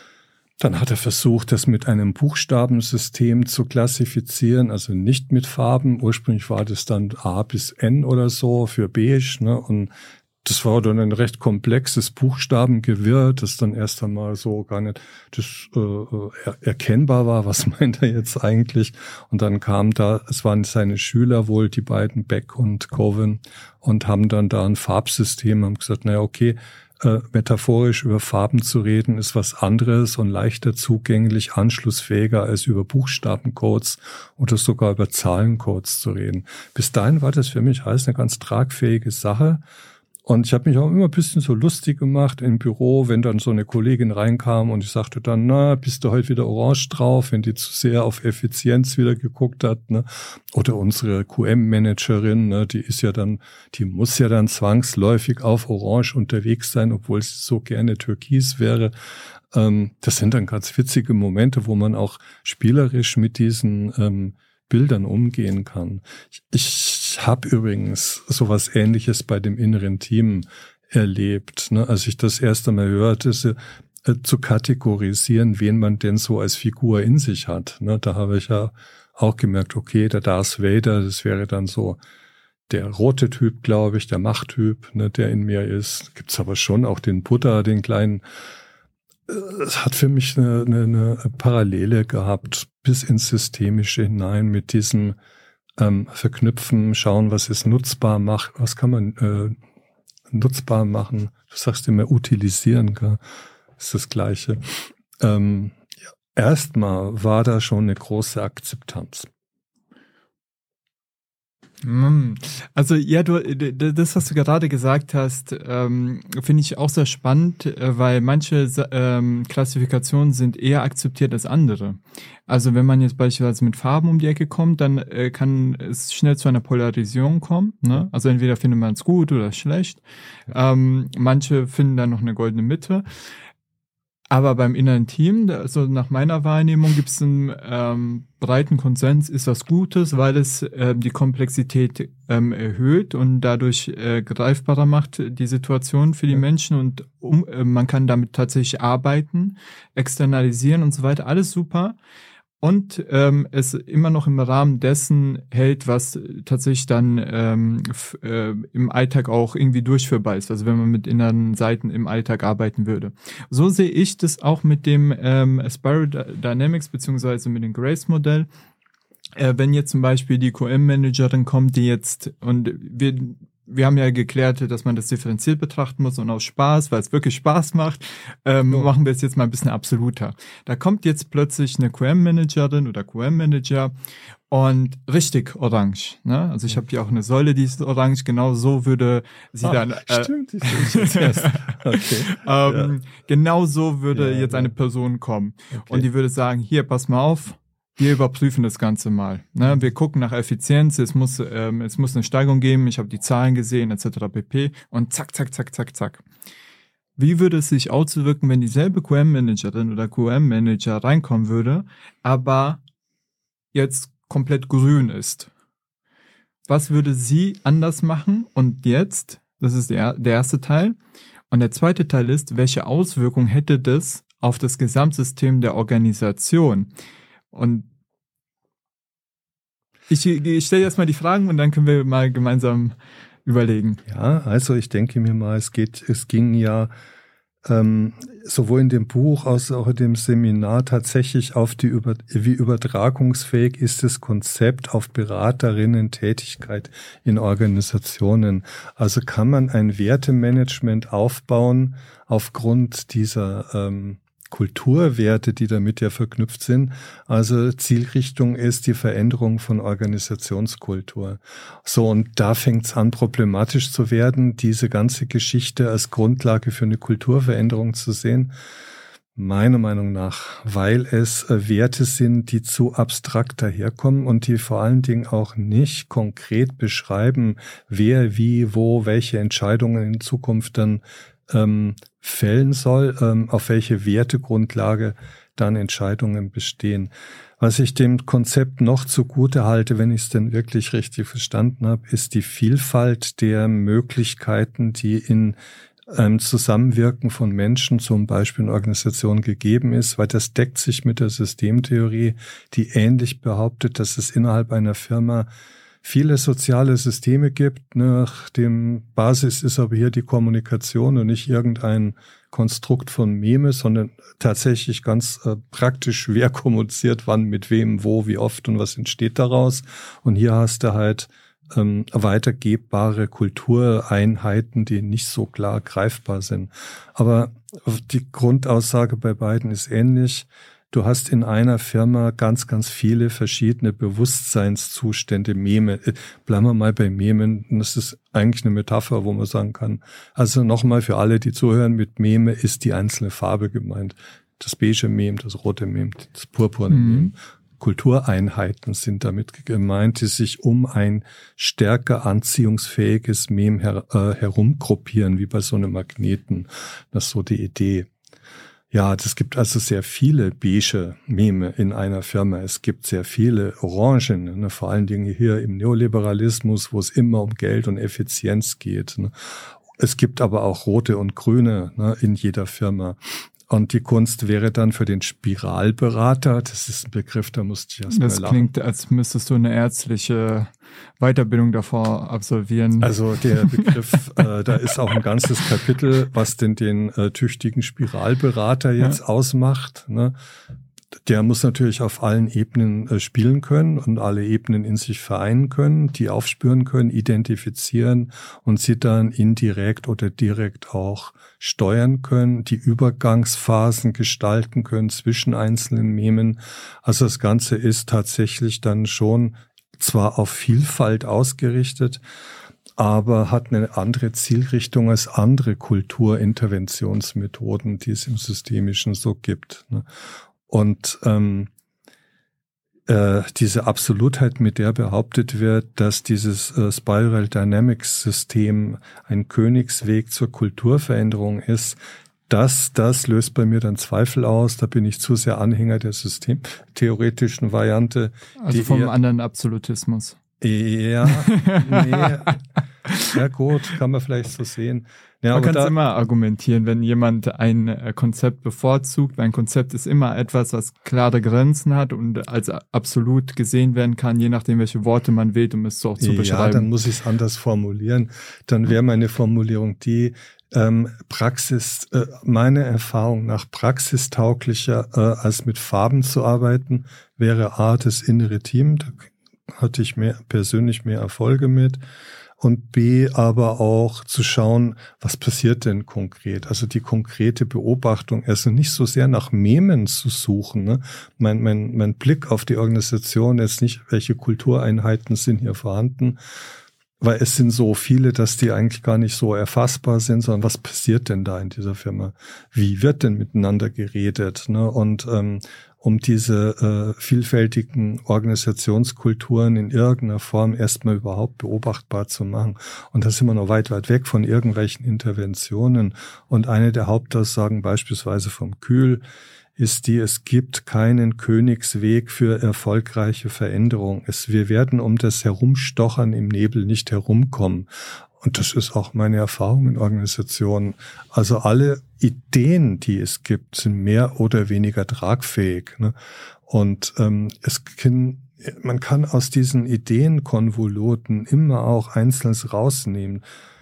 Dann hat er versucht, das mit einem Buchstabensystem zu klassifizieren, also nicht mit Farben. Ursprünglich war das dann A bis N oder so für beige, ne? Und das war dann ein recht komplexes Buchstabengewirr, das dann erst einmal so gar nicht das äh, er, erkennbar war, was meint er jetzt eigentlich. Und dann kam da, es waren seine Schüler wohl, die beiden Beck und Cowen, und haben dann da ein Farbsystem, haben gesagt, naja, okay, Äh, metaphorisch über Farben zu reden, ist was anderes und leichter zugänglich, anschlussfähiger, als über Buchstabencodes oder sogar über Zahlencodes zu reden. Bis dahin war das für mich alles eine ganz tragfähige Sache. Und ich habe mich auch immer ein bisschen so lustig gemacht im Büro, wenn dann so eine Kollegin reinkam und ich sagte dann, na, bist du heute wieder orange drauf, wenn die zu sehr auf Effizienz wieder geguckt hat, ne? Oder unsere Q M-Managerin, ne, die ist ja dann, die muss ja dann zwangsläufig auf orange unterwegs sein, obwohl sie so gerne türkis wäre. Ähm, das sind dann ganz witzige Momente, wo man auch spielerisch mit diesen ähm, Bildern umgehen kann. Ich, ich habe übrigens sowas Ähnliches bei dem inneren Team erlebt, ne? Als ich das erste Mal hörte, so, äh, zu kategorisieren, wen man denn so als Figur in sich hat. Ne? Da habe ich ja auch gemerkt, okay, der Darth Vader, das wäre dann so der rote Typ, glaube ich, der Machttyp, ne, der in mir ist. Gibt's aber schon auch den Buddha, den kleinen. Es hat für mich eine, eine, eine Parallele gehabt, bis ins Systemische hinein, mit diesem ähm, Verknüpfen, schauen, was es nutzbar macht, was kann man äh, nutzbar machen. Du sagst immer utilisieren, gell? Ist das Gleiche. Ähm, ja. Erstmal war da schon eine große Akzeptanz. Also ja, du, das, was du gerade gesagt hast, ähm, finde ich auch sehr spannend, weil manche ähm, Klassifikationen sind eher akzeptiert als andere. Also wenn man jetzt beispielsweise mit Farben um die Ecke kommt, dann äh, kann es schnell zu einer Polarisierung kommen. Ne? Also entweder findet man es gut oder schlecht. Ähm, manche finden dann noch eine goldene Mitte. Aber beim inneren Team, also nach meiner Wahrnehmung, gibt es einen ähm, breiten Konsens, ist was Gutes, weil es äh, die Komplexität ähm, erhöht und dadurch äh, greifbarer macht die Situation für die ja. Menschen und um, äh, man kann damit tatsächlich arbeiten, externalisieren und so weiter, alles super. Und ähm, es immer noch im Rahmen dessen hält, was tatsächlich dann ähm, f- äh, im Alltag auch irgendwie durchführbar ist. Also wenn man mit inneren Seiten im Alltag arbeiten würde. So sehe ich das auch mit dem ähm, Spiral Dynamics beziehungsweise mit dem Grace-Modell. Äh, wenn jetzt zum Beispiel die Q M-Managerin kommt, die jetzt, und wir wir haben ja geklärt, dass man das differenziert betrachten muss und aus Spaß, weil es wirklich Spaß macht, ähm, ja. machen wir es jetzt mal ein bisschen absoluter. Da kommt jetzt plötzlich eine Q M-Managerin oder Q M-Manager und richtig orange. Ne? Also ich habe hier auch eine Säule, die ist orange. Genau so würde sie ah, dann... Äh, stimmt, ich sehe jetzt erst. Okay. ähm, ja. Genau so würde ja, jetzt ja. eine Person kommen. Okay. Und die würde sagen, hier, pass mal auf, wir überprüfen das Ganze mal. Ne? Wir gucken nach Effizienz, es muss, ähm, es muss eine Steigerung geben, ich habe die Zahlen gesehen, et cetera pp. Und zack, zack, zack, zack, zack. Wie würde es sich auswirken, wenn dieselbe Q M-Managerin oder Q M-Manager reinkommen würde, aber jetzt komplett grün ist? Was würde sie anders machen? Und jetzt, das ist der, der erste Teil. Und der zweite Teil ist, welche Auswirkungen hätte das auf das Gesamtsystem der Organisation? Und ich, ich stelle jetzt mal die Fragen und dann können wir mal gemeinsam überlegen. Ja, also ich denke mir mal, es geht, es ging ja ähm, sowohl in dem Buch als auch in dem Seminar tatsächlich auf die über, wie übertragungsfähig ist das Konzept auf Beraterinnen-Tätigkeit in Organisationen. Also kann man ein Wertemanagement aufbauen aufgrund dieser ähm, Kulturwerte, die damit ja verknüpft sind. Also Zielrichtung ist die Veränderung von Organisationskultur. So, und da fängt es an, problematisch zu werden, diese ganze Geschichte als Grundlage für eine Kulturveränderung zu sehen. Meiner Meinung nach, weil es Werte sind, die zu abstrakt daherkommen und die vor allen Dingen auch nicht konkret beschreiben, wer, wie, wo, welche Entscheidungen in Zukunft dann ähm, fällen soll, ähm, auf welche Wertegrundlage dann Entscheidungen bestehen. Was ich dem Konzept noch zugute halte, wenn ich es denn wirklich richtig verstanden habe, ist die Vielfalt der Möglichkeiten, die in einem Zusammenwirken von Menschen, zum Beispiel in Organisationen, gegeben ist, weil das deckt sich mit der Systemtheorie, die ähnlich behauptet, dass es innerhalb einer Firma viele soziale Systeme gibt. Nach dem Basis ist aber hier die Kommunikation und nicht irgendein Konstrukt von Meme, sondern tatsächlich ganz äh, praktisch, wer kommuniziert wann, mit wem, wo, wie oft und was entsteht daraus. Und hier hast du halt ähm, weitergebbare Kultureinheiten, die nicht so klar greifbar sind. Aber die Grundaussage bei beiden ist ähnlich. Du hast in einer Firma ganz, ganz viele verschiedene Bewusstseinszustände, Meme. Bleiben wir mal bei Memen. Das ist eigentlich eine Metapher, wo man sagen kann, also nochmal für alle, die zuhören, mit Meme ist die einzelne Farbe gemeint. Das beige Mem, das rote Mem, das purpurne mhm. Mem. Kultureinheiten sind damit gemeint, die sich um ein stärker anziehungsfähiges Mem her, äh, herumgruppieren, wie bei so einem Magneten. Das ist so die Idee. Ja, es gibt also sehr viele beige Meme in einer Firma. Es gibt sehr viele Orangen, ne? Vor allen Dingen hier im Neoliberalismus, wo es immer um Geld und Effizienz geht. Ne? Es gibt aber auch rote und grüne, ne, in jeder Firma. Und die Kunst wäre dann für den Spiralberater, das ist ein Begriff, da musste ich erst mal lachen. Das klingt, als müsstest du eine ärztliche Weiterbildung davor absolvieren. Also der Begriff, äh, da ist auch ein ganzes Kapitel, was denn den äh, tüchtigen Spiralberater jetzt ja. ausmacht. Ne? Der muss natürlich auf allen Ebenen äh, spielen können und alle Ebenen in sich vereinen können, die aufspüren können, identifizieren und sie dann indirekt oder direkt auch steuern können, die Übergangsphasen gestalten können zwischen einzelnen Memen. Also das Ganze ist tatsächlich dann schon zwar auf Vielfalt ausgerichtet, aber hat eine andere Zielrichtung als andere Kulturinterventionsmethoden, die es im Systemischen so gibt. Und ähm, äh, diese Absolutheit, mit der behauptet wird, dass dieses äh, Spiral Dynamics System ein Königsweg zur Kulturveränderung ist, Das, das löst bei mir dann Zweifel aus. Da bin ich zu sehr Anhänger der systemtheoretischen Variante. Also vom eher, anderen Absolutismus. Ja, nee. Ja gut, kann man vielleicht so sehen. Ja, man kann es immer argumentieren, wenn jemand ein äh, Konzept bevorzugt. Ein Konzept ist immer etwas, was klare Grenzen hat und als absolut gesehen werden kann, je nachdem, welche Worte man wählt, um es so auch zu ja, beschreiben. Ja, dann muss ich es anders formulieren. Dann wäre meine Formulierung die, ähm, Praxis, äh, meine Erfahrung nach praxistauglicher, äh, als mit Farben zu arbeiten, wäre A, das innere Team. Da hatte ich mehr, persönlich mehr Erfolge mit. Und B, aber auch zu schauen, was passiert denn konkret? Also die konkrete Beobachtung, also nicht so sehr nach Memen zu suchen. Ne? Mein, mein, mein Blick auf die Organisation ist nicht, welche Kultureinheiten sind hier vorhanden, weil es sind so viele, dass die eigentlich gar nicht so erfassbar sind, sondern was passiert denn da in dieser Firma? Wie wird denn miteinander geredet? Ne? Und ähm, um diese äh, vielfältigen Organisationskulturen in irgendeiner Form erstmal überhaupt beobachtbar zu machen. Und da sind wir noch weit, weit weg von irgendwelchen Interventionen. Und eine der Hauptaussagen beispielsweise vom Kühl ist die, es gibt keinen Königsweg für erfolgreiche Veränderung. Es, wir werden um das Herumstochern im Nebel nicht herumkommen. Und das ist auch meine Erfahrung in Organisationen. Also alle Ideen, die es gibt, sind mehr oder weniger tragfähig. Ne? Und ähm, es kann, man kann aus diesen Ideenkonvoluten immer auch Einzelnes rausnehmen.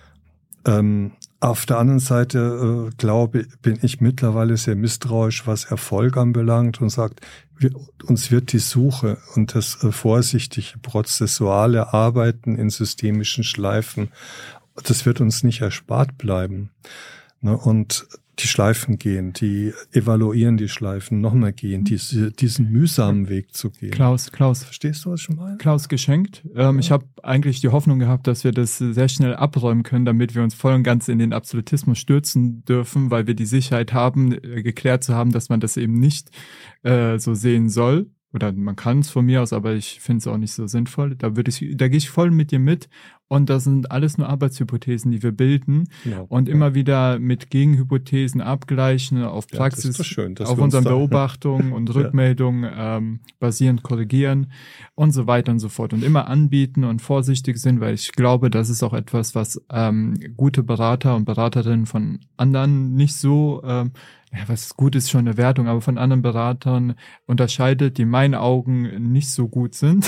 Ähm, auf der anderen Seite, äh, glaube bin ich mittlerweile sehr misstrauisch, was Erfolg anbelangt und sagt, wir, uns wird die Suche und das äh, vorsichtige prozessuale Arbeiten in systemischen Schleifen, das wird uns nicht erspart bleiben. Ne? Und die Schleifen gehen, die evaluieren die Schleifen, nochmal gehen, diese, diesen mühsamen Weg zu gehen. Klaus, Klaus. Verstehst du, was ich schon meine? Klaus, geschenkt. Ähm, ja. Ich habe eigentlich die Hoffnung gehabt, dass wir das sehr schnell abräumen können, damit wir uns voll und ganz in den Absolutismus stürzen dürfen, weil wir die Sicherheit haben, äh, geklärt zu haben, dass man das eben nicht äh, so sehen soll. Oder man kann es von mir aus, aber ich finde es auch nicht so sinnvoll. Da würde ich, da gehe ich voll mit dir mit. Und das sind alles nur Arbeitshypothesen, die wir bilden. Genau, und ja. immer wieder mit Gegenhypothesen abgleichen, auf Praxis, ja, das ist schön, auf unseren Beobachtungen und Rückmeldungen ja. ähm, basierend korrigieren und so weiter und so fort. Und immer anbieten und vorsichtig sind, weil ich glaube, das ist auch etwas, was ähm, gute Berater und Beraterinnen von anderen nicht so ähm, ja, was gut ist, schon eine Wertung, aber von anderen Beratern unterscheidet, die in meinen Augen nicht so gut sind,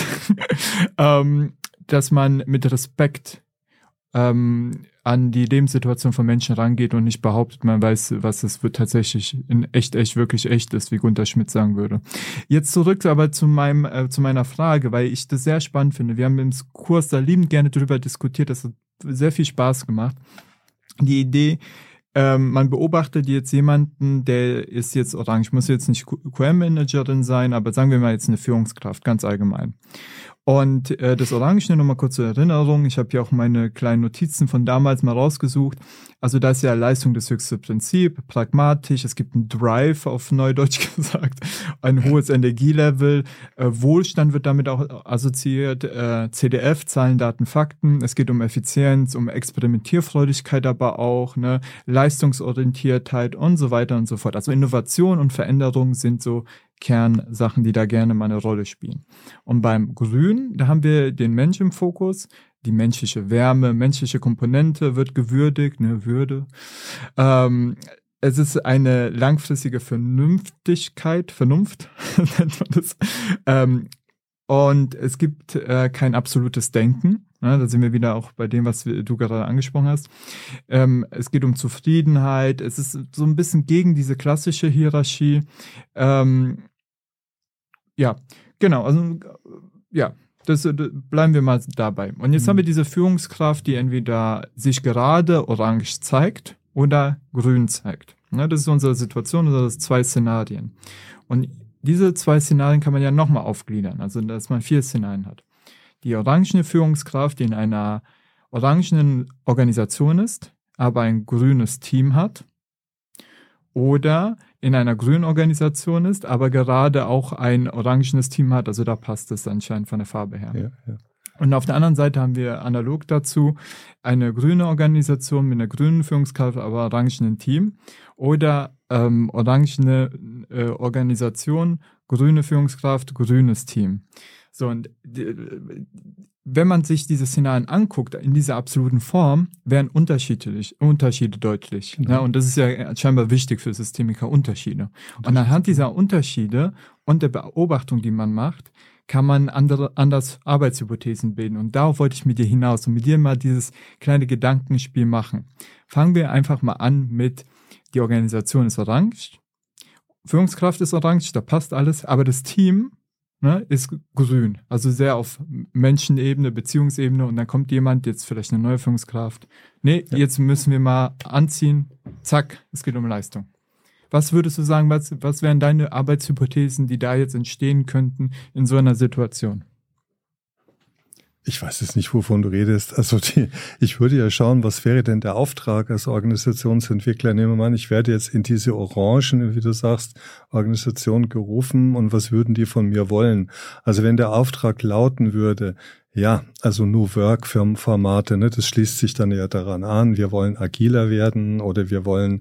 ähm, dass man mit Respekt ähm, an die Lebenssituation von Menschen rangeht und nicht behauptet, man weiß, was es wird tatsächlich in echt, echt, wirklich echt ist, wie Gunther Schmidt sagen würde. Jetzt zurück aber zu meinem, äh, zu meiner Frage, weil ich das sehr spannend finde. Wir haben im Kurs da liebend gerne drüber diskutiert, das hat sehr viel Spaß gemacht. Die Idee, Ähm, man beobachtet jetzt jemanden, der ist jetzt orange, muss jetzt nicht Q M-Managerin sein, aber sagen wir mal jetzt eine Führungskraft, ganz allgemein. Und äh, das Orange, nur noch mal kurz zur Erinnerung, ich habe hier auch meine kleinen Notizen von damals mal rausgesucht. Also da ist ja Leistung das höchste Prinzip, pragmatisch, es gibt einen Drive, auf Neudeutsch gesagt, ein hohes Energielevel, äh, Wohlstand wird damit auch assoziiert, äh, C D F, Zahlen, Daten, Fakten, es geht um Effizienz, um Experimentierfreudigkeit aber auch, ne, Leistungsorientiertheit und so weiter und so fort. Also Innovation und Veränderung sind so Kernsachen, die da gerne mal eine Rolle spielen. Und beim Grün, da haben wir den Mensch im Fokus, die menschliche Wärme, menschliche Komponente wird gewürdigt, ne, Würde. Ähm, es ist eine langfristige Vernünftigkeit, Vernunft nennt man das. Ähm, und es gibt äh, kein absolutes Denken. Ja, da sind wir wieder auch bei dem, was du gerade angesprochen hast. Ähm, es geht um Zufriedenheit. Es ist so ein bisschen gegen diese klassische Hierarchie. Ähm, ja, genau. Also ja, das, das bleiben wir mal dabei. Und jetzt mhm. haben wir diese Führungskraft, die entweder sich gerade orange zeigt oder grün zeigt. Ja, das ist unsere Situation, oder das zwei Szenarien. Und diese zwei Szenarien kann man ja nochmal aufgliedern, also dass man vier Szenarien hat. Die orangene Führungskraft, die in einer orangenen Organisation ist, aber ein grünes Team hat. Oder in einer grünen Organisation ist, aber gerade auch ein orangenes Team hat. Also da passt es anscheinend von der Farbe her. Ja, ja. Und auf der anderen Seite haben wir analog dazu eine grüne Organisation mit einer grünen Führungskraft, aber orangenen Team. Oder ähm, orangene äh, Organisation, grüne Führungskraft, grünes Team. So, und die, wenn man sich diese Szenarien anguckt, in dieser absoluten Form, werden Unterschiede, Unterschiede deutlich. Genau. Ja, und das ist ja scheinbar wichtig für Systemiker, Unterschiede. Und anhand dieser Unterschiede und der Beobachtung, die man macht, kann man andere, anders Arbeitshypothesen bilden. Und darauf wollte ich mit dir hinaus und mit dir mal dieses kleine Gedankenspiel machen. Fangen wir einfach mal an mit, die Organisation ist orange, Führungskraft ist orange, da passt alles, aber das Team, ne, ist grün, also sehr auf Menschenebene, Beziehungsebene, und dann kommt jemand, jetzt vielleicht eine neue Führungskraft, nee, ja. Jetzt müssen wir mal anziehen, zack, es geht um Leistung. Was würdest du sagen, was, was wären deine Arbeitshypothesen, die da jetzt entstehen könnten in so einer Situation? Ich weiß jetzt nicht, wovon du redest. Also die, ich würde ja schauen, was wäre denn der Auftrag als Organisationsentwickler? Nehmen wir mal an, ich werde jetzt in diese Orangen, wie du sagst, Organisation gerufen, und was würden die von mir wollen? Also wenn der Auftrag lauten würde, ja, also New Work-Formate, ne, das schließt sich dann ja daran an, wir wollen agiler werden oder wir wollen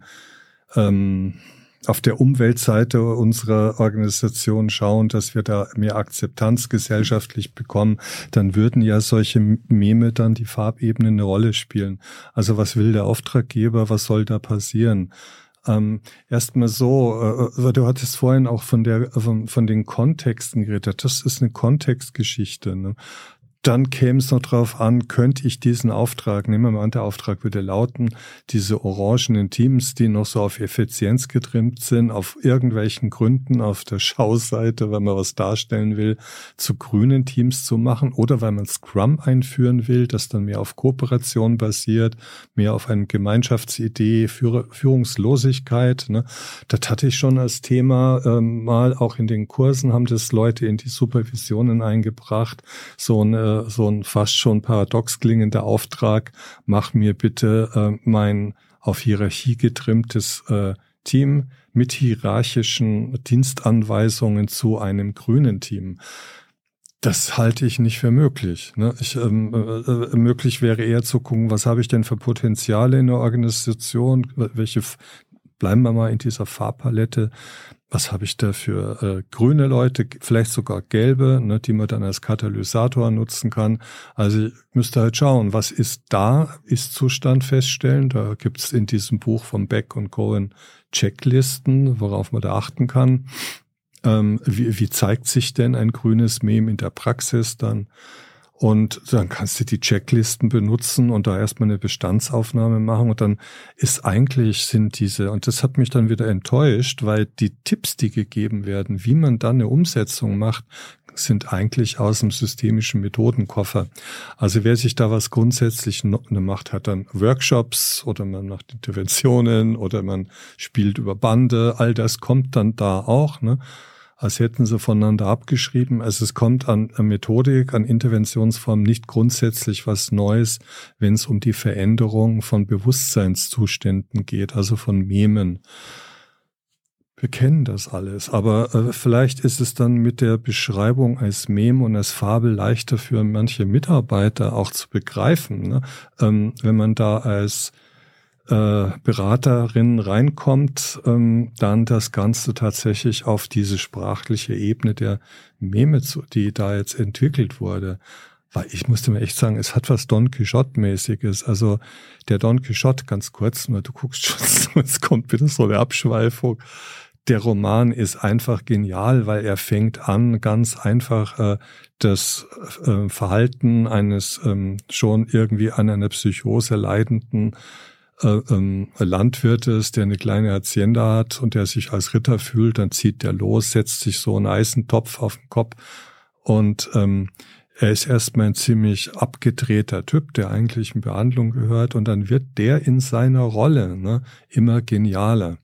ähm, auf der Umweltseite unserer Organisation schauen, dass wir da mehr Akzeptanz gesellschaftlich bekommen, dann würden ja solche Meme dann die Farbebene eine Rolle spielen. Also was will der Auftraggeber, was soll da passieren? Ähm, erstmal so, äh, du hattest vorhin auch von der von, von den Kontexten geredet. Das ist eine Kontextgeschichte, ne? Dann käme es noch drauf an, könnte ich diesen Auftrag, nehmen wir mal an, der Auftrag würde lauten, diese orangenen Teams, die noch so auf Effizienz getrimmt sind, auf irgendwelchen Gründen auf der Schauseite, weil man was darstellen will, zu grünen Teams zu machen, oder weil man Scrum einführen will, das dann mehr auf Kooperation basiert, mehr auf eine Gemeinschaftsidee, Führ- Führungslosigkeit. Ne? Das hatte ich schon als Thema ähm, mal, auch in den Kursen haben das Leute in die Supervisionen eingebracht, so eine so ein fast schon paradox klingender Auftrag, mach mir bitte äh, mein auf Hierarchie getrimmtes äh, Team mit hierarchischen Dienstanweisungen zu einem grünen Team. Das halte ich nicht für möglich. Ne? Ich, ähm, äh, möglich wäre eher zu gucken, was habe ich denn für Potenziale in der Organisation, welche, bleiben wir mal in dieser Farbpalette, was habe ich da für äh, grüne Leute, vielleicht sogar gelbe, ne, die man dann als Katalysator nutzen kann. Also ich müsste halt schauen, was ist da, ist Zustand feststellen. Da gibt es in diesem Buch von Beck und Cohen Checklisten, worauf man da achten kann. Ähm, wie, wie zeigt sich denn ein grünes Meme in der Praxis dann? Und dann kannst du die Checklisten benutzen und da erstmal eine Bestandsaufnahme machen, und dann ist eigentlich, sind diese, und das hat mich dann wieder enttäuscht, weil die Tipps, die gegeben werden, wie man dann eine Umsetzung macht, sind eigentlich aus dem systemischen Methodenkoffer. Also wer sich da was grundsätzlich macht, hat dann Workshops oder man macht Interventionen oder man spielt über Bande, all das kommt dann da auch, ne? Als hätten sie voneinander abgeschrieben. Also es kommt an, an Methodik, an Interventionsformen nicht grundsätzlich was Neues, wenn es um die Veränderung von Bewusstseinszuständen geht, also von Memen. Wir kennen das alles, aber äh, vielleicht ist es dann mit der Beschreibung als Meme und als Fabel leichter für manche Mitarbeiter auch zu begreifen, ne? Ähm, wenn man da als Äh, Beraterin reinkommt, ähm, dann das Ganze tatsächlich auf diese sprachliche Ebene der Meme, zu, die da jetzt entwickelt wurde. Weil ich musste mir echt sagen, es hat was Don Quixote-mäßiges. Also der Don Quixote, ganz kurz, nur du guckst schon so, es kommt wieder so eine Abschweifung. Der Roman ist einfach genial, weil er fängt an, ganz einfach äh, das äh, Verhalten eines ähm, schon irgendwie an einer Psychose leidenden Äh, ähm, Landwirtes, der eine kleine Hacienda hat und der sich als Ritter fühlt, dann zieht der los, setzt sich so einen Eisentopf auf den Kopf und ähm, er ist erstmal ein ziemlich abgedrehter Typ, der eigentlich in Behandlung gehört, und dann wird der in seiner Rolle, ne, immer genialer.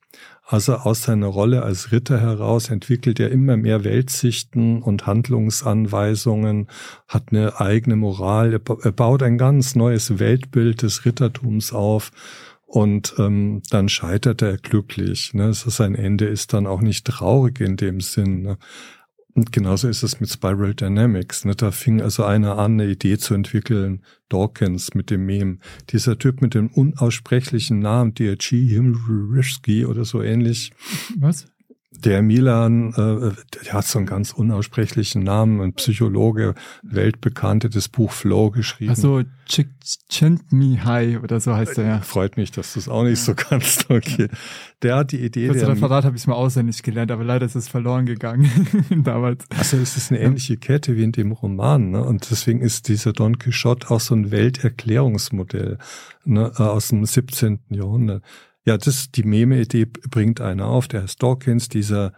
Also aus seiner Rolle als Ritter heraus entwickelt er immer mehr Weltsichten und Handlungsanweisungen, hat eine eigene Moral, er baut ein ganz neues Weltbild des Rittertums auf und ähm, dann scheitert er glücklich. Ne? Also sein Ende ist dann auch nicht traurig in dem Sinn. Ne? Und genauso ist es mit Spiral Dynamics. Ne? Da fing also einer an, eine Idee zu entwickeln, Dawkins mit dem Meme. Dieser Typ mit dem unaussprechlichen Namen, der G. Himmelrisky oder so ähnlich. Was? Der Milan, äh, der hat so einen ganz unaussprechlichen Namen, ein Psychologe, weltbekannte, das Buch Flow geschrieben. Ach so, Csikszentmihalyi oder so heißt er ja. Freut mich, dass du es auch nicht so kannst. Okay. Der hat die Idee. Für das Referat habe ich es mal auswendig gelernt, aber leider ist es verloren gegangen damals. Also es ist eine ähnliche Kette wie in dem Roman, ne? Und deswegen ist dieser Don Quixote auch so ein Welterklärungsmodell, ne, aus dem siebzehnten Jahrhundert. Ja, das, die Meme-Idee bringt einer auf, der heißt Dawkins, dieser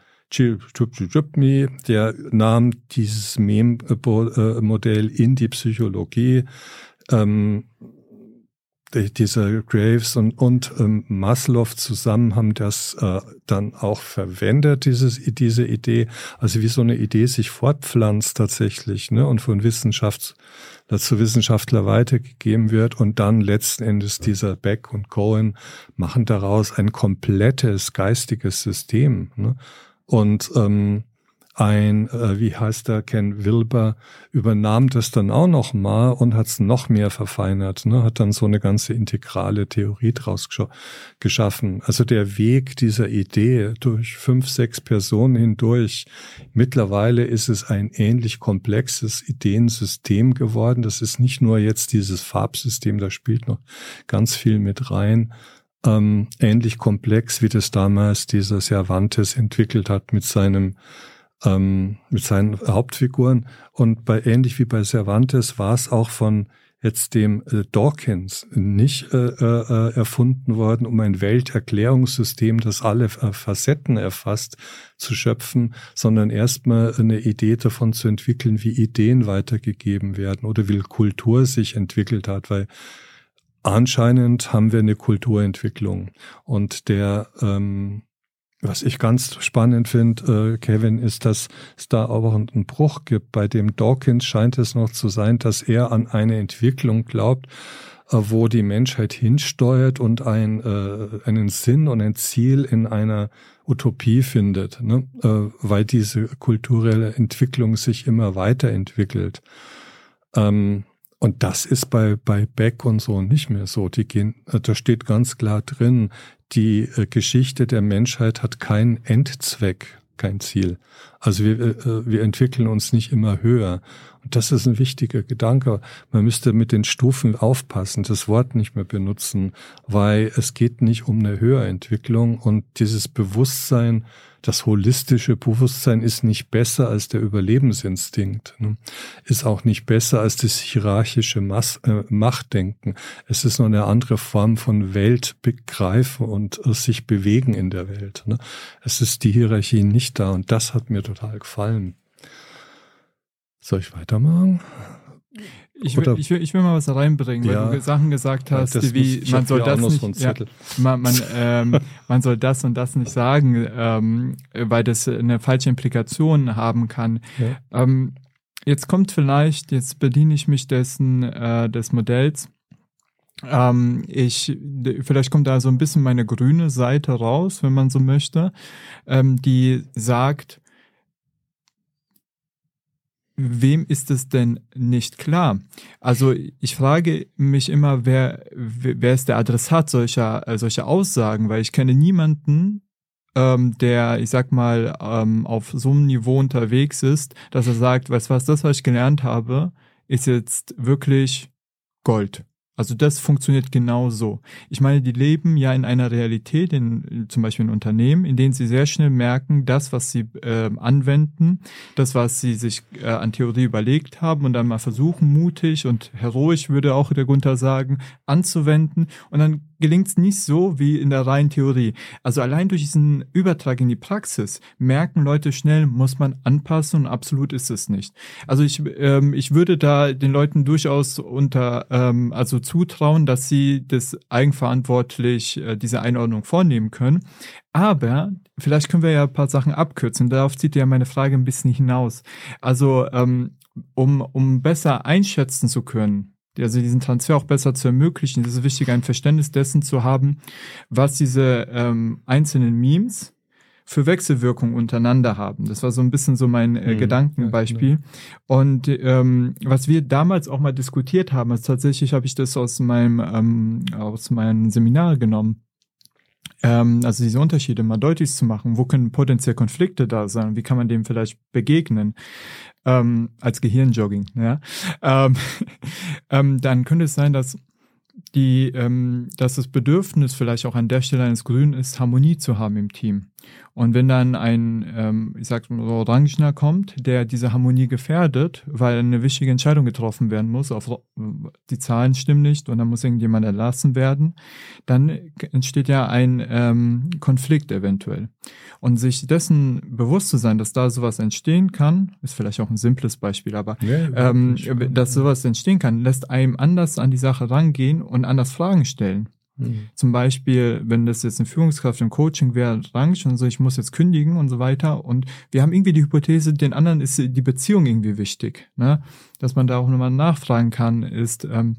der nahm dieses Meme-Modell in die Psychologie, ähm, dieser Graves und, und ähm, Maslow zusammen haben das äh, dann auch verwendet, dieses, diese Idee, also wie so eine Idee sich fortpflanzt tatsächlich, ne, und von Wissenschaft zu Wissenschaftler weitergegeben wird und dann letzten Endes dieser Beck und Cohen machen daraus ein komplettes geistiges System, ne? Und ähm, ein, äh, wie heißt der, Ken Wilber, übernahm das dann auch noch mal und hat es noch mehr verfeinert, ne? Hat dann so eine ganze integrale Theorie draus gesch- geschaffen. Also der Weg dieser Idee durch fünf, sechs Personen hindurch, mittlerweile ist es ein ähnlich komplexes Ideensystem geworden. Das ist nicht nur jetzt dieses Farbsystem, da spielt noch ganz viel mit rein. Ähm, ähnlich komplex, wie das damals dieser Cervantes entwickelt hat mit seinem Ähm, mit seinen Hauptfiguren. Und bei ähnlich wie bei Cervantes war es auch von jetzt dem äh, Dawkins nicht äh, äh, erfunden worden, um ein Welterklärungssystem, das alle äh, Facetten erfasst, zu schöpfen, sondern erstmal eine Idee davon zu entwickeln, wie Ideen weitergegeben werden oder wie Kultur sich entwickelt hat, weil anscheinend haben wir eine Kulturentwicklung. Und der ähm, was ich ganz spannend finde, äh, Kevin, ist, dass es da auch einen Bruch gibt. Bei dem Dawkins scheint es noch zu sein, dass er an eine Entwicklung glaubt, äh, wo die Menschheit hinsteuert und ein, äh, einen Sinn und ein Ziel in einer Utopie findet, ne? äh, weil diese kulturelle Entwicklung sich immer weiterentwickelt. Ähm, und das ist bei, bei Beck und so nicht mehr so. Die gehen, äh, da steht ganz klar drin, die äh, Geschichte der Menschheit hat keinen Endzweck, kein Ziel. Also wir, äh, wir entwickeln uns nicht immer höher. Und das ist ein wichtiger Gedanke. Man müsste mit den Stufen aufpassen, das Wort nicht mehr benutzen, weil es geht nicht um eine Höherentwicklung und dieses Bewusstsein, das holistische Bewusstsein ist nicht besser als der Überlebensinstinkt, ne? Ist auch nicht besser als das hierarchische Mas- äh, Machtdenken. Es ist nur eine andere Form von Weltbegreifen und äh, sich bewegen in der Welt, ne? Es ist die Hierarchie nicht da und das hat mir total gefallen. Soll ich weitermachen? Ich will, ich, will, ich will mal was reinbringen, weil ja, du Sachen gesagt hast, die wie muss, man soll das nicht, ja, man, man, ähm, man soll das und das nicht sagen, ähm, weil das eine falsche Implikation haben kann. Ja. Ähm, jetzt kommt vielleicht, jetzt bediene ich mich dessen äh, des Modells. Ähm, ich, vielleicht kommt da so ein bisschen meine grüne Seite raus, wenn man so möchte, ähm, die sagt, wem ist es denn nicht klar? Also ich frage mich immer, wer wer ist der Adressat solcher solcher Aussagen, weil ich kenne niemanden, ähm, der, ich sag mal, ähm, auf so einem Niveau unterwegs ist, dass er sagt, weißt du was, das, was ich gelernt habe, ist jetzt wirklich Gold. Also das funktioniert genauso. Ich meine, die leben ja in einer Realität, in zum Beispiel in Unternehmen, in denen sie sehr schnell merken, das, was sie äh, anwenden, das, was sie sich äh, an Theorie überlegt haben und dann mal versuchen, mutig und heroisch, würde auch der Gunther sagen, anzuwenden. Und dann gelingt es nicht so wie in der reinen Theorie. Also allein durch diesen Übertrag in die Praxis merken Leute schnell, muss man anpassen und absolut ist es nicht. Also ich ähm, ich würde da den Leuten durchaus unter ähm, also zutrauen, dass sie das eigenverantwortlich äh, diese Einordnung vornehmen können. Aber vielleicht können wir ja ein paar Sachen abkürzen. Darauf zieht ja meine Frage ein bisschen hinaus. Also ähm, um um besser einschätzen zu können, also diesen Transfer auch besser zu ermöglichen, ist es wichtig, ein Verständnis dessen zu haben, was diese ähm, einzelnen Memes für Wechselwirkungen untereinander haben. Das war so ein bisschen so mein äh, mhm, Gedankenbeispiel. Ja, genau. Und ähm, was wir damals auch mal diskutiert haben, ist tatsächlich, habe ich das aus meinem ähm, aus meinem Seminar genommen. Ähm, also diese Unterschiede mal deutlich zu machen. Wo können potenziell Konflikte da sein? Wie kann man dem vielleicht begegnen? Ähm, als Gehirnjogging, ja. Ähm, ähm, dann könnte es sein, dass die, ähm, dass das Bedürfnis vielleicht auch an der Stelle eines Grünen ist, Harmonie zu haben im Team. Und wenn dann ein, ähm, ich sag mal, Orangener kommt, der diese Harmonie gefährdet, weil eine wichtige Entscheidung getroffen werden muss, auf die Zahlen stimmen nicht und dann muss irgendjemand erlassen werden, dann entsteht ja ein ähm, Konflikt eventuell. Und sich dessen bewusst zu sein, dass da sowas entstehen kann, ist vielleicht auch ein simples Beispiel, aber ja, ähm, dass sowas entstehen kann, lässt einem anders an die Sache rangehen und anders Fragen stellen. Mhm. Zum Beispiel, wenn das jetzt eine Führungskraft im Coaching wäre, Orange und so, ich muss jetzt kündigen und so weiter. Und wir haben irgendwie die Hypothese, den anderen ist die Beziehung irgendwie wichtig, ne? Dass man da auch nochmal nachfragen kann, ist, ähm,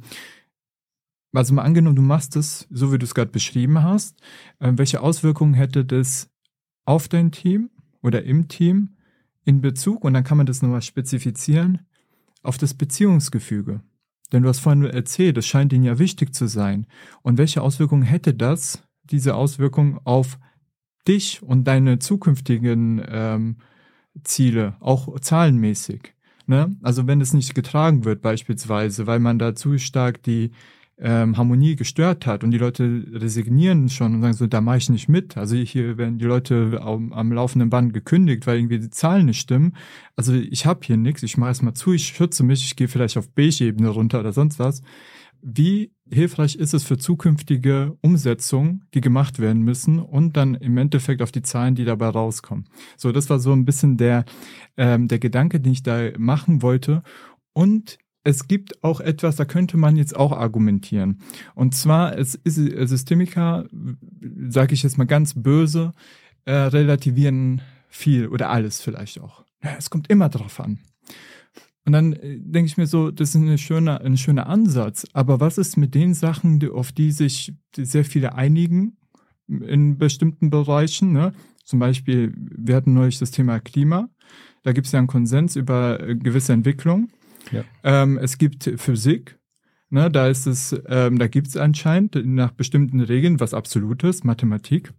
also mal angenommen, du machst es, so wie du es gerade beschrieben hast, äh, welche Auswirkungen hätte das auf dein Team oder im Team in Bezug, und dann kann man das nochmal spezifizieren, auf das Beziehungsgefüge. Denn du hast vorhin erzählt, es scheint ihnen ja wichtig zu sein. Und welche Auswirkungen hätte das, diese Auswirkungen auf dich und deine zukünftigen ähm, Ziele, auch zahlenmäßig? Ne? Also wenn es nicht getragen wird beispielsweise, weil man da zu stark die ähm, Harmonie gestört hat und die Leute resignieren schon und sagen so, da mache ich nicht mit. Also hier werden die Leute am, am laufenden Band gekündigt, weil irgendwie die Zahlen nicht stimmen. Also ich habe hier nichts, ich mache erstmal zu, ich schütze mich, ich gehe vielleicht auf Beige-Ebene runter oder sonst was. Wie hilfreich ist es für zukünftige Umsetzungen, die gemacht werden müssen und dann im Endeffekt auf die Zahlen, die dabei rauskommen. So, das war so ein bisschen der, ähm, der Gedanke, den ich da machen wollte. Und es gibt auch etwas, da könnte man jetzt auch argumentieren. Und zwar, es ist Systemiker, sage ich jetzt mal ganz böse, äh, relativieren viel oder alles vielleicht auch. Ja, es kommt immer drauf an. Und dann äh, denke ich mir so, das ist eine schöne, ein schöner Ansatz. Aber was ist mit den Sachen, die, auf die sich sehr viele einigen in bestimmten Bereichen? Ne? Zum Beispiel, wir hatten neulich das Thema Klima. Da gibt es ja einen Konsens über äh, gewisse Entwicklungen. Ja. Ähm, es gibt Physik, ne, da ist es, ähm, da gibt es anscheinend nach bestimmten Regeln was Absolutes, Mathematik.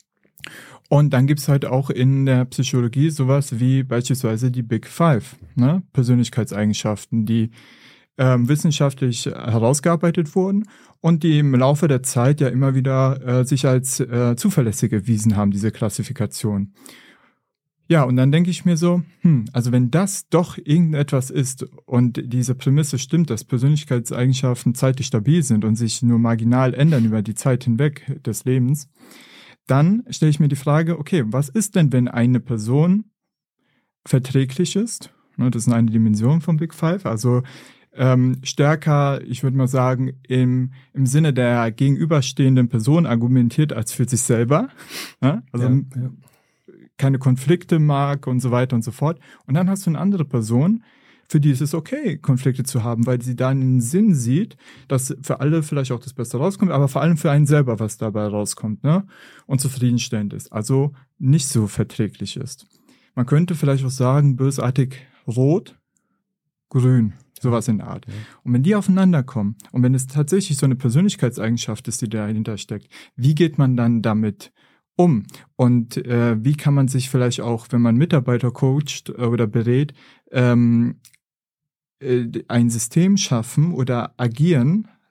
Und dann gibt es halt auch in der Psychologie sowas wie beispielsweise die Big Five, ne, Persönlichkeitseigenschaften, die ähm, wissenschaftlich herausgearbeitet wurden und die im Laufe der Zeit ja immer wieder äh, sich als äh, zuverlässig erwiesen haben, diese Klassifikation. Ja, und dann denke ich mir so, hm, also wenn das doch irgendetwas ist und diese Prämisse stimmt, dass Persönlichkeitseigenschaften zeitlich stabil sind und sich nur marginal ändern über die Zeit hinweg des Lebens, dann stelle ich mir die Frage, okay, was ist denn, wenn eine Person verträglich ist? Das ist eine Dimension von Big Five, also ähm, stärker, ich würde mal sagen, im, im Sinne der gegenüberstehenden Person argumentiert als für sich selber. Ja? Also ja, ja. keine Konflikte mag und so weiter und so fort. Und dann hast du eine andere Person, für die ist es okay, Konflikte zu haben, weil sie da einen Sinn sieht, dass für alle vielleicht auch das Beste rauskommt, aber vor allem für einen selber, was dabei rauskommt, ne? Und zufriedenstellend ist. Also nicht so verträglich ist. Man könnte vielleicht auch sagen, bösartig rot, grün, sowas in der Art. Ja. Und wenn die aufeinander kommen und wenn es tatsächlich so eine Persönlichkeitseigenschaft ist, die dahinter steckt, wie geht man dann damit um? Und äh, wie kann man sich vielleicht auch, wenn man Mitarbeiter coacht oder berät, ähm, äh, ein System schaffen oder agieren,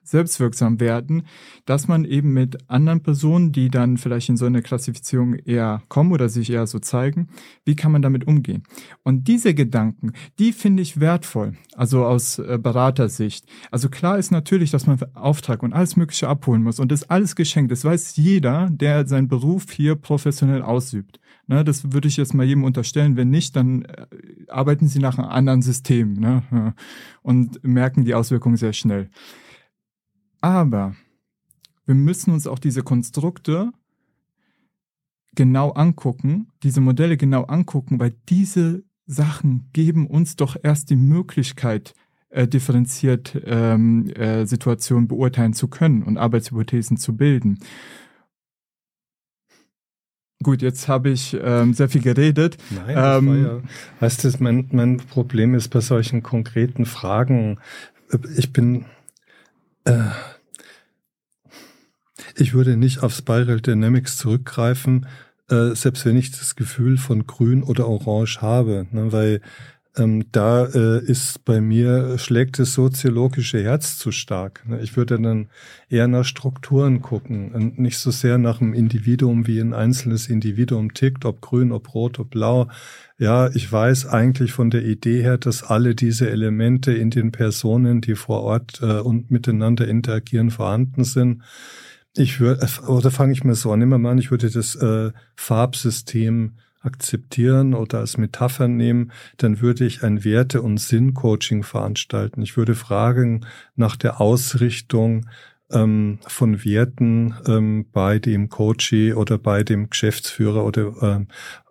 selbstwirksam werden, dass man eben mit anderen Personen, die dann vielleicht in so eine Klassifizierung eher kommen oder sich eher so zeigen, wie kann man damit umgehen? Und diese Gedanken, die finde ich wertvoll, also aus äh, Beratersicht. Also klar ist natürlich, dass man Auftrag und alles Mögliche abholen muss und das ist alles geschenkt. Das weiß jeder, der seinen Beruf hier professionell ausübt. Ne, das würde ich jetzt mal jedem unterstellen. Wenn nicht, dann äh, arbeiten sie nach einem anderen System, ne, und merken die Auswirkungen sehr schnell. Aber wir müssen uns auch diese Konstrukte genau angucken, diese Modelle genau angucken, weil diese Sachen geben uns doch erst die Möglichkeit, äh, differenziert ähm, äh, Situationen beurteilen zu können und Arbeitshypothesen zu bilden. Gut, jetzt habe ich ähm, sehr viel geredet. Nein, das ähm, war ja, weißt du, mein, mein Problem ist bei solchen konkreten Fragen, ich bin äh, Ich würde nicht auf Spiral Dynamics zurückgreifen, äh, selbst wenn ich das Gefühl von Grün oder Orange habe, ne, weil ähm, da äh, ist bei mir, schlägt das soziologische Herz zu stark. Ne? Ich würde dann eher nach Strukturen gucken und nicht so sehr nach dem Individuum, wie ein einzelnes Individuum tickt, ob grün, ob rot, ob blau. Ja, ich weiß eigentlich von der Idee her, dass alle diese Elemente in den Personen, die vor Ort äh, und miteinander interagieren, vorhanden sind. Ich würde, oder fange ich mal so an, nehmen wir mal an, ich würde das äh, Farbsystem akzeptieren oder als Metapher nehmen, dann würde ich ein Werte- und Sinn-Coaching veranstalten. Ich würde fragen nach der Ausrichtung ähm, von Werten ähm, bei dem Coachee oder bei dem Geschäftsführer oder ähm,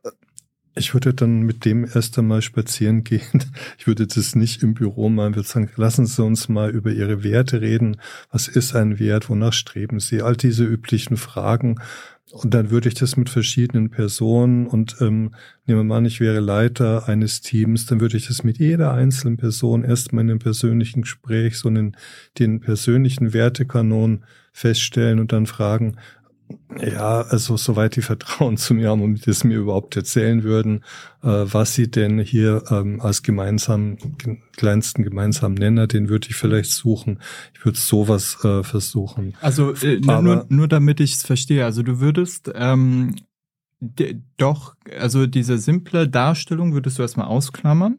ich würde dann mit dem erst einmal spazieren gehen. Ich würde das nicht im Büro machen. Ich würde sagen, lassen Sie uns mal über Ihre Werte reden. Was ist ein Wert? Wonach streben Sie? All diese üblichen Fragen. Und dann würde ich das mit verschiedenen Personen und ähm, nehmen wir mal an, ich wäre Leiter eines Teams, dann würde ich das mit jeder einzelnen Person erstmal in einem persönlichen Gespräch, so einen, den persönlichen Wertekanon feststellen und dann fragen, ja, also soweit die Vertrauen zu mir haben und das mir überhaupt erzählen würden, äh, was sie denn hier ähm, als gemeinsamen, kleinsten gemeinsamen Nenner, den würde ich vielleicht suchen. Ich würde sowas äh, versuchen. Also äh, nur, nur damit ich es verstehe, also du würdest ähm, de, doch, also diese simple Darstellung würdest du erstmal ausklammern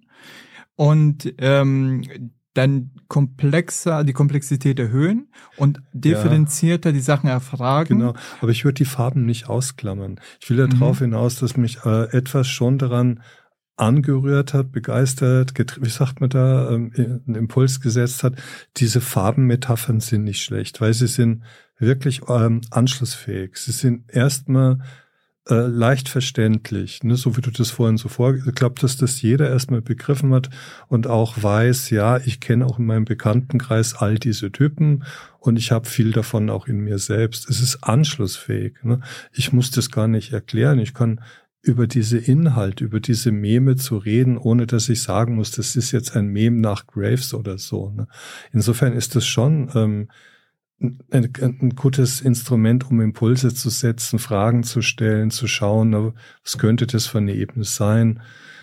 und ähm, dann komplexer, die Komplexität erhöhen und differenzierter ja, die Sachen erfragen. Genau, aber ich würde die Farben nicht ausklammern. Ich will ja mhm. darauf hinaus, dass mich äh, etwas schon daran angerührt hat, begeistert, wie sagt man da, ähm, einen Impuls gesetzt hat. Diese Farbenmetaphern sind nicht schlecht, weil sie sind wirklich ähm, anschlussfähig. Sie sind erstmal Äh, leicht verständlich, ne, so wie du das vorhin so vor, ich glaube, dass das jeder erstmal begriffen hat und auch weiß, ja, ich kenne auch in meinem Bekanntenkreis all diese Typen und ich habe viel davon auch in mir selbst. Es ist anschlussfähig. Ne? Ich muss das gar nicht erklären. Ich kann über diese Inhalte, über diese Meme zu reden, ohne dass ich sagen muss, das ist jetzt ein Meme nach Graves oder so. Ne? Insofern ist das schon ähm, Ein, ein gutes Instrument, um Impulse zu setzen, Fragen zu stellen, zu schauen, was könnte das für eine Ebene sein.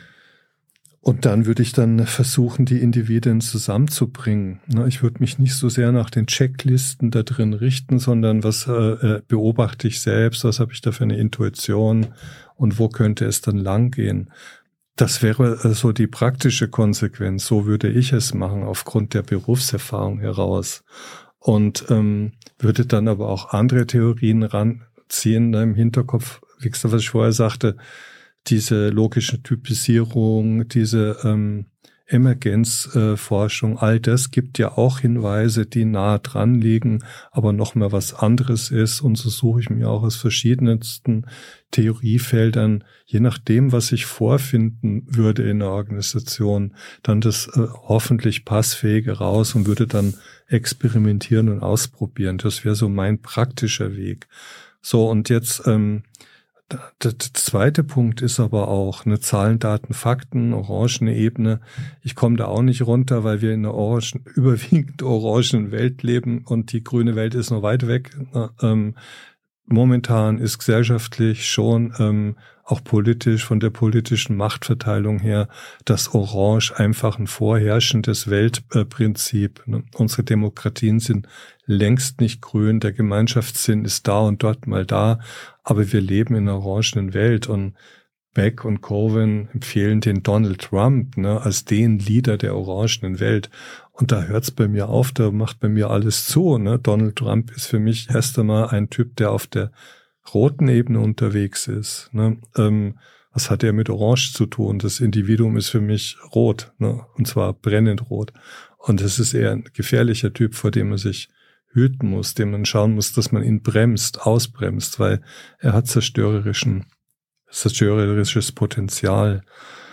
Und dann würde ich dann versuchen, die Individuen zusammenzubringen. Ich würde mich nicht so sehr nach den Checklisten da drin richten, sondern was äh, beobachte ich selbst, was habe ich da für eine Intuition und wo könnte es dann lang gehen. Das wäre so die praktische Konsequenz. So würde ich es machen, aufgrund der Berufserfahrung heraus. Und ähm, würde dann aber auch andere Theorien ranziehen im Hinterkopf, wie gesagt, was ich vorher sagte, diese logische Typisierung, diese ähm, Emergenzforschung, äh, all das gibt ja auch Hinweise, die nah dran liegen, aber noch mal was anderes ist. Und so suche ich mir auch aus verschiedensten Theoriefeldern, je nachdem, was ich vorfinden würde in der Organisation, dann das äh, hoffentlich passfähige raus und würde dann experimentieren und ausprobieren. Das wäre so mein praktischer Weg. So, und jetzt ähm, der zweite Punkt ist aber auch eine Zahlen, Daten, Fakten, orangene Ebene. Ich komme da auch nicht runter, weil wir in einer orangen, überwiegend orangenen Welt leben und die grüne Welt ist noch weit weg. Ähm, momentan ist gesellschaftlich schon ähm, auch politisch, von der politischen Machtverteilung her, das Orange einfach ein vorherrschendes Weltprinzip. Ne? Unsere Demokratien sind längst nicht grün, der Gemeinschaftssinn ist da und dort mal da, aber wir leben in einer orangenen Welt und Beck und Cohen empfehlen den Donald Trump, ne, als den Leader der orangenen Welt. Und da hört's bei mir auf, da macht bei mir alles zu. Ne? Donald Trump ist für mich erst einmal ein Typ, der auf der roten Ebene unterwegs ist. Ne? Ähm, was hat er mit Orange zu tun? Das Individuum ist für mich rot, ne? Und zwar brennend rot. Und das ist eher ein gefährlicher Typ, vor dem man sich hüten muss, dem man schauen muss, dass man ihn bremst, ausbremst, weil er hat zerstörerischen zerstörerisches Potenzial.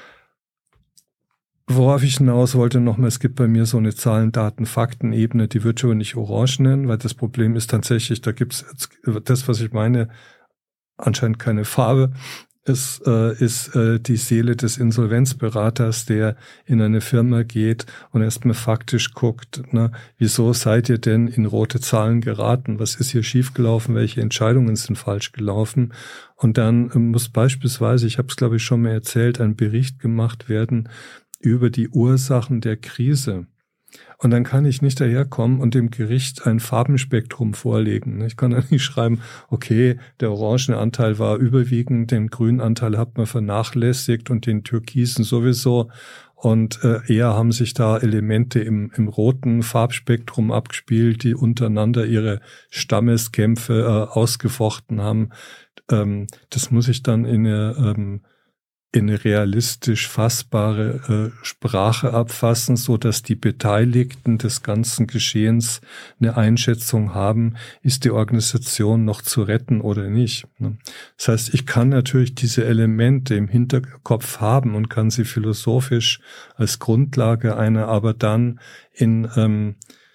Worauf ich hinaus wollte nochmal, es gibt bei mir so eine Zahlen, Daten, Fakten-Ebene, die würde ich aber nicht orange nennen, weil das Problem ist tatsächlich, da gibt es das, was ich meine, anscheinend keine Farbe. Es äh, ist äh, die Seele des Insolvenzberaters, der in eine Firma geht und erstmal faktisch guckt, ne, wieso seid ihr denn in rote Zahlen geraten? Was ist hier schiefgelaufen? Welche Entscheidungen sind falsch gelaufen? Und dann äh, muss beispielsweise, ich habe es glaube ich schon mal erzählt, ein Bericht gemacht werden über die Ursachen der Krise. Und dann kann ich nicht daherkommen und dem Gericht ein Farbenspektrum vorlegen. Ich kann dann nicht schreiben, okay, der orangene Anteil war überwiegend, den grünen Anteil hat man vernachlässigt und den türkisen sowieso. Und äh, eher haben sich da Elemente im, im roten Farbspektrum abgespielt, die untereinander ihre Stammeskämpfe äh, ausgefochten haben. Ähm, das muss ich dann in eine ähm, in eine realistisch fassbare äh, Sprache abfassen, so dass die Beteiligten des ganzen Geschehens eine Einschätzung haben, ist die Organisation noch zu retten oder nicht. Ne? Das heißt, ich kann natürlich diese Elemente im Hinterkopf haben und kann sie philosophisch als Grundlage einer aber dann in, ähm,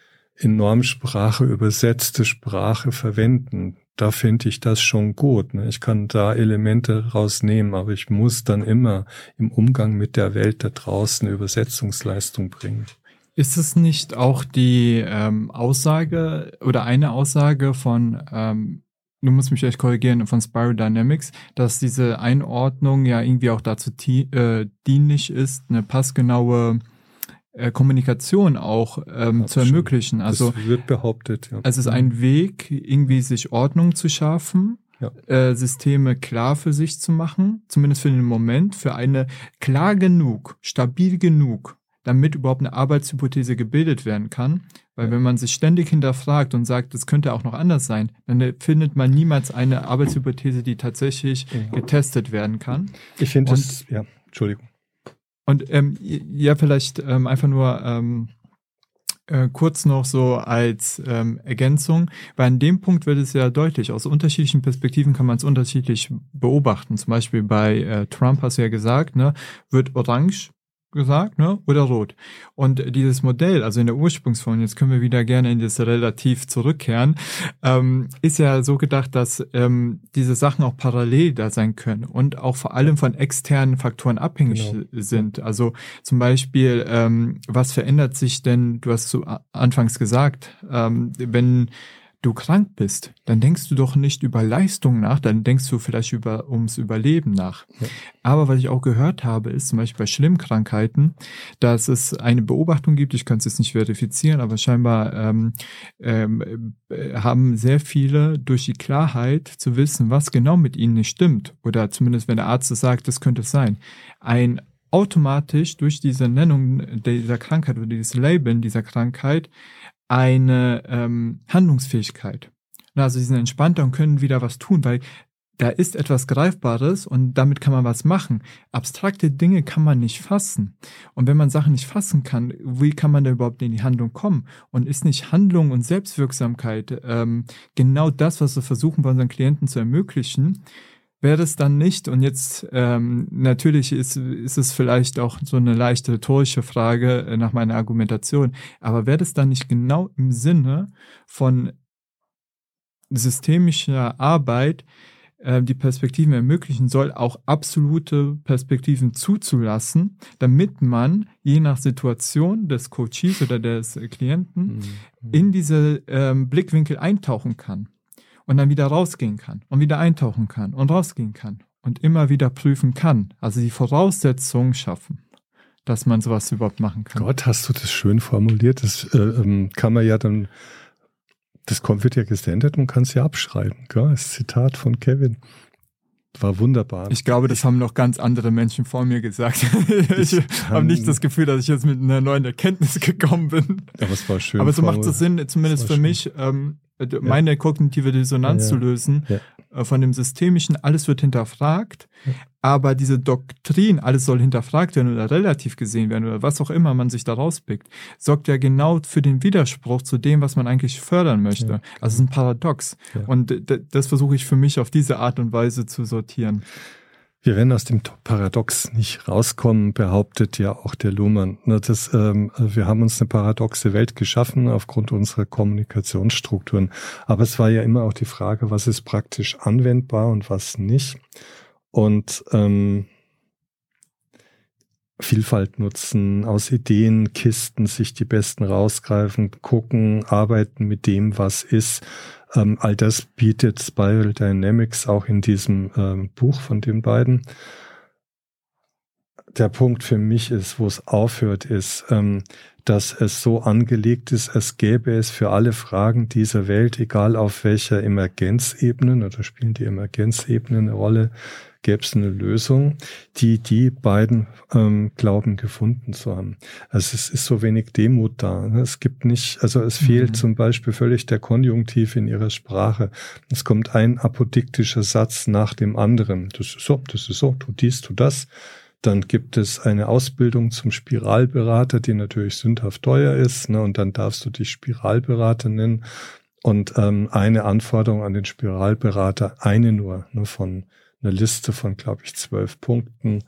in Normsprache übersetzte Sprache verwenden. Da finde ich das schon gut. Ne? Ich kann da Elemente rausnehmen, aber ich muss dann immer im Umgang mit der Welt da draußen Übersetzungsleistung bringen. Ist es nicht auch die ähm, Aussage oder eine Aussage von, ähm, du musst mich echt korrigieren, von Spiral Dynamics, dass diese Einordnung ja irgendwie auch dazu ti- äh, dienlich ist, eine passgenaue Kommunikation auch ähm, zu ermöglichen. Also das wird behauptet, ja. Es ist ein Weg, irgendwie sich Ordnung zu schaffen, ja. äh, Systeme klar für sich zu machen, zumindest für den Moment, für eine klar genug, stabil genug, damit überhaupt eine Arbeitshypothese gebildet werden kann. Weil ja. wenn man sich ständig hinterfragt und sagt, das könnte auch noch anders sein, dann findet man niemals eine Arbeitshypothese, die tatsächlich ja. getestet werden kann. Ich finde das, ja, Entschuldigung. Und ähm, ja, vielleicht ähm, einfach nur ähm, äh, kurz noch so als ähm, Ergänzung, weil an dem Punkt wird es ja deutlich, aus unterschiedlichen Perspektiven kann man es unterschiedlich beobachten. Zum Beispiel bei äh, Trump hast du ja gesagt, ne, wird orange gesagt, ne, oder rot. Und dieses Modell, also in der Ursprungsform, jetzt können wir wieder gerne in das Relativ zurückkehren, ähm, ist ja so gedacht, dass ähm, diese Sachen auch parallel da sein können und auch vor allem von externen Faktoren abhängig genau. sind. Also zum Beispiel, ähm, was verändert sich denn, du hast zu anfangs gesagt, ähm, wenn du krank bist, dann denkst du doch nicht über Leistung nach, dann denkst du vielleicht über ums Überleben nach. Ja. Aber was ich auch gehört habe, ist zum Beispiel bei schlimmen Krankheiten, dass es eine Beobachtung gibt, ich kann es jetzt nicht verifizieren, aber scheinbar ähm, ähm, haben sehr viele durch die Klarheit zu wissen, was genau mit ihnen nicht stimmt, oder zumindest wenn der Arzt es sagt, das könnte es sein, ein automatisch durch diese Nennung dieser Krankheit oder dieses Labeln dieser Krankheit eine ähm, Handlungsfähigkeit. Also sie sind entspannter und können wieder was tun, weil da ist etwas Greifbares und damit kann man was machen. Abstrakte Dinge kann man nicht fassen. Und wenn man Sachen nicht fassen kann, wie kann man da überhaupt in die Handlung kommen? Und ist nicht Handlung und Selbstwirksamkeit ähm, genau das, was wir versuchen, bei unseren Klienten zu ermöglichen? Wäre es dann nicht, und jetzt ähm, natürlich ist, ist es vielleicht auch so eine leichte rhetorische Frage äh, nach meiner Argumentation, aber wäre es dann nicht genau im Sinne von systemischer Arbeit, äh, die Perspektiven ermöglichen soll, auch absolute Perspektiven zuzulassen, damit man je nach Situation des Coaches oder des Klienten mhm. in diese ähm, Blickwinkel eintauchen kann. und dann wieder rausgehen kann und wieder eintauchen kann und rausgehen kann und immer wieder prüfen kann. Also die Voraussetzungen schaffen, dass man sowas überhaupt machen kann. Gott, hast du das schön formuliert. Das äh, ähm, kann man ja dann, das kommt, wird ja gesendet und kann es ja abschreiben. Gell? Das Zitat von Kevin. War wunderbar. Ich glaube, das haben noch ganz andere Menschen vor mir gesagt. Ich habe nicht das Gefühl, dass ich jetzt mit einer neuen Erkenntnis gekommen bin. Aber es war schön. Aber so macht es Sinn, zumindest für schön. mich, ähm, meine ja. kognitive Dissonanz ja. zu lösen, ja. äh, von dem Systemischen, alles wird hinterfragt, ja. aber diese Doktrin, alles soll hinterfragt werden oder relativ gesehen werden oder was auch immer man sich da rauspickt, sorgt ja genau für den Widerspruch zu dem, was man eigentlich fördern möchte. Ja. Also es ist ein Paradox. Ja. Und d- das versuche ich für mich auf diese Art und Weise zu sortieren. Wir werden aus dem Paradox nicht rauskommen, behauptet ja auch der Luhmann. Das, ähm, wir haben uns eine paradoxe Welt geschaffen aufgrund unserer Kommunikationsstrukturen. Aber es war ja immer auch die Frage, was ist praktisch anwendbar und was nicht. Und ähm, Vielfalt nutzen, aus Ideenkisten sich die besten rausgreifen, gucken, arbeiten mit dem, was ist. Ähm, all das bietet Spiral Dynamics auch in diesem ähm, Buch von den beiden. Der Punkt für mich ist, wo es aufhört, ist, ähm, dass es so angelegt ist, als gäbe es für alle Fragen dieser Welt, egal auf welcher Emergenzebene, oder spielen die Emergenzebenen eine Rolle, gäbe es eine Lösung, die die beiden ähm, glauben gefunden zu haben. Also es ist so wenig Demut da. Ne? Es gibt nicht, also es mhm. fehlt zum Beispiel völlig der Konjunktiv in ihrer Sprache. Es kommt ein apodiktischer Satz nach dem anderen. Das ist so, das ist so, tu dies, tu das. Dann gibt es eine Ausbildung zum Spiralberater, die natürlich sündhaft teuer ist, ne? Und dann darfst du dich Spiralberater nennen. Und ähm, eine Anforderung an den Spiralberater, eine nur, nur von eine Liste von, glaube ich, zwölf Punkten.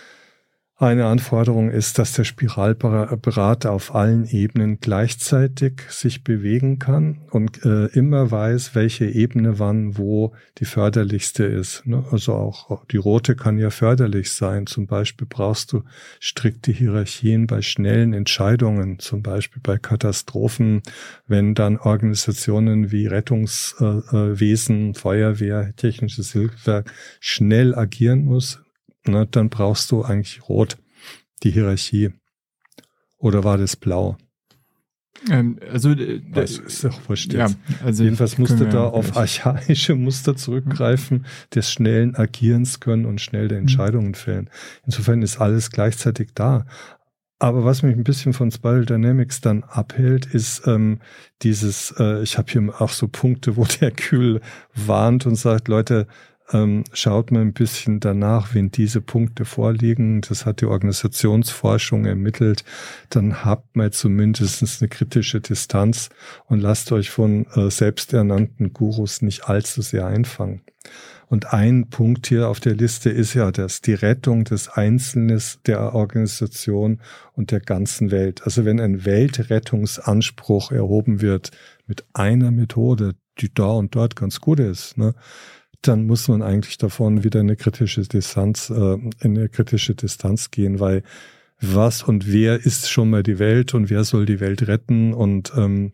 Eine Anforderung ist, dass der Spiralberater auf allen Ebenen gleichzeitig sich bewegen kann und äh, immer weiß, welche Ebene wann wo die förderlichste ist. Ne? Also auch die rote kann ja förderlich sein. Zum Beispiel brauchst du strikte Hierarchien bei schnellen Entscheidungen, zum Beispiel bei Katastrophen, wenn dann Organisationen wie Rettungswesen, äh, Feuerwehr, technisches Hilfswerk schnell agieren muss. Na, dann brauchst du eigentlich rot, die Hierarchie. Oder war das blau? Ähm, also, äh, das ist doch wurscht ja, jetzt. also Jedenfalls musste da auf archaische Muster zurückgreifen, des schnellen Agierens können und schnell der Entscheidungen fällen. Insofern ist alles gleichzeitig da. Aber was mich ein bisschen von Spiral Dynamics dann abhält, ist ähm, dieses, äh, ich habe hier auch so Punkte, wo der Kühl warnt und sagt, Leute, Ähm, schaut mal ein bisschen danach, wenn diese Punkte vorliegen, das hat die Organisationsforschung ermittelt, dann habt mal zumindest eine kritische Distanz und lasst euch von äh, selbsternannten Gurus nicht allzu sehr einfangen. Und ein Punkt hier auf der Liste ist ja das, die Rettung des Einzelnen, der Organisation und der ganzen Welt. Also wenn ein Weltrettungsanspruch erhoben wird mit einer Methode, die da und dort ganz gut ist, ne, dann muss man eigentlich davon wieder in eine kritische Distanz, äh, in eine kritische Distanz gehen, weil was und wer ist schon mal die Welt und wer soll die Welt retten und ähm,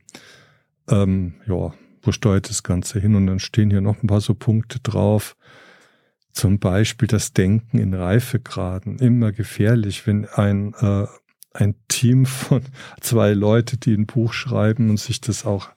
ähm, ja, wo steuert das Ganze hin? Und dann stehen hier noch ein paar so Punkte drauf. Zum Beispiel das Denken in Reifegraden. Immer gefährlich, wenn ein äh, ein Team von zwei Leute, die ein Buch schreiben und sich das auch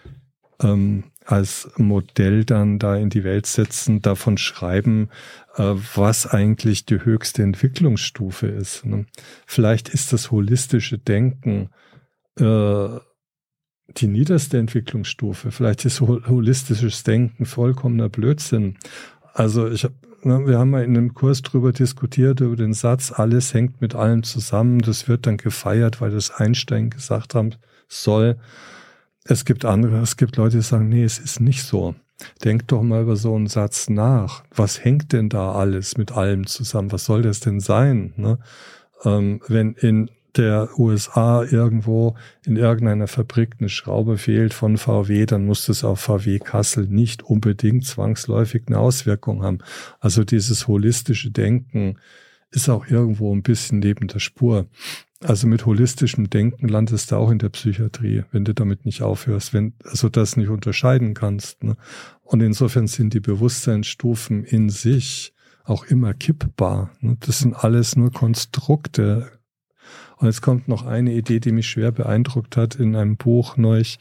ähm, als Modell dann da in die Welt setzen, davon schreiben, äh, was eigentlich die höchste Entwicklungsstufe ist. Ne? Vielleicht ist das holistische Denken äh, die niederste Entwicklungsstufe. Vielleicht ist hol- holistisches Denken vollkommener Blödsinn. Also ich hab, ne, wir haben mal in einem Kurs drüber diskutiert, über den Satz, alles hängt mit allem zusammen. Das wird dann gefeiert, weil das Einstein gesagt haben soll. Es gibt andere, es gibt Leute, die sagen, nee, es ist nicht so. Denkt doch mal über so einen Satz nach. Was hängt denn da alles mit allem zusammen? Was soll das denn sein? Ne? Ähm, wenn in der U S A irgendwo in irgendeiner Fabrik eine Schraube fehlt von V W, dann muss das auf V W Kassel nicht unbedingt zwangsläufig eine Auswirkung haben. Also dieses holistische Denken ist auch irgendwo ein bisschen neben der Spur. Also mit holistischem Denken landest du auch in der Psychiatrie, wenn du damit nicht aufhörst, wenn also das nicht unterscheiden kannst. Ne? Und insofern sind die Bewusstseinsstufen in sich auch immer kippbar. Ne? Das sind alles nur Konstrukte. Und jetzt kommt noch eine Idee, die mich schwer beeindruckt hat in einem Buch neulich.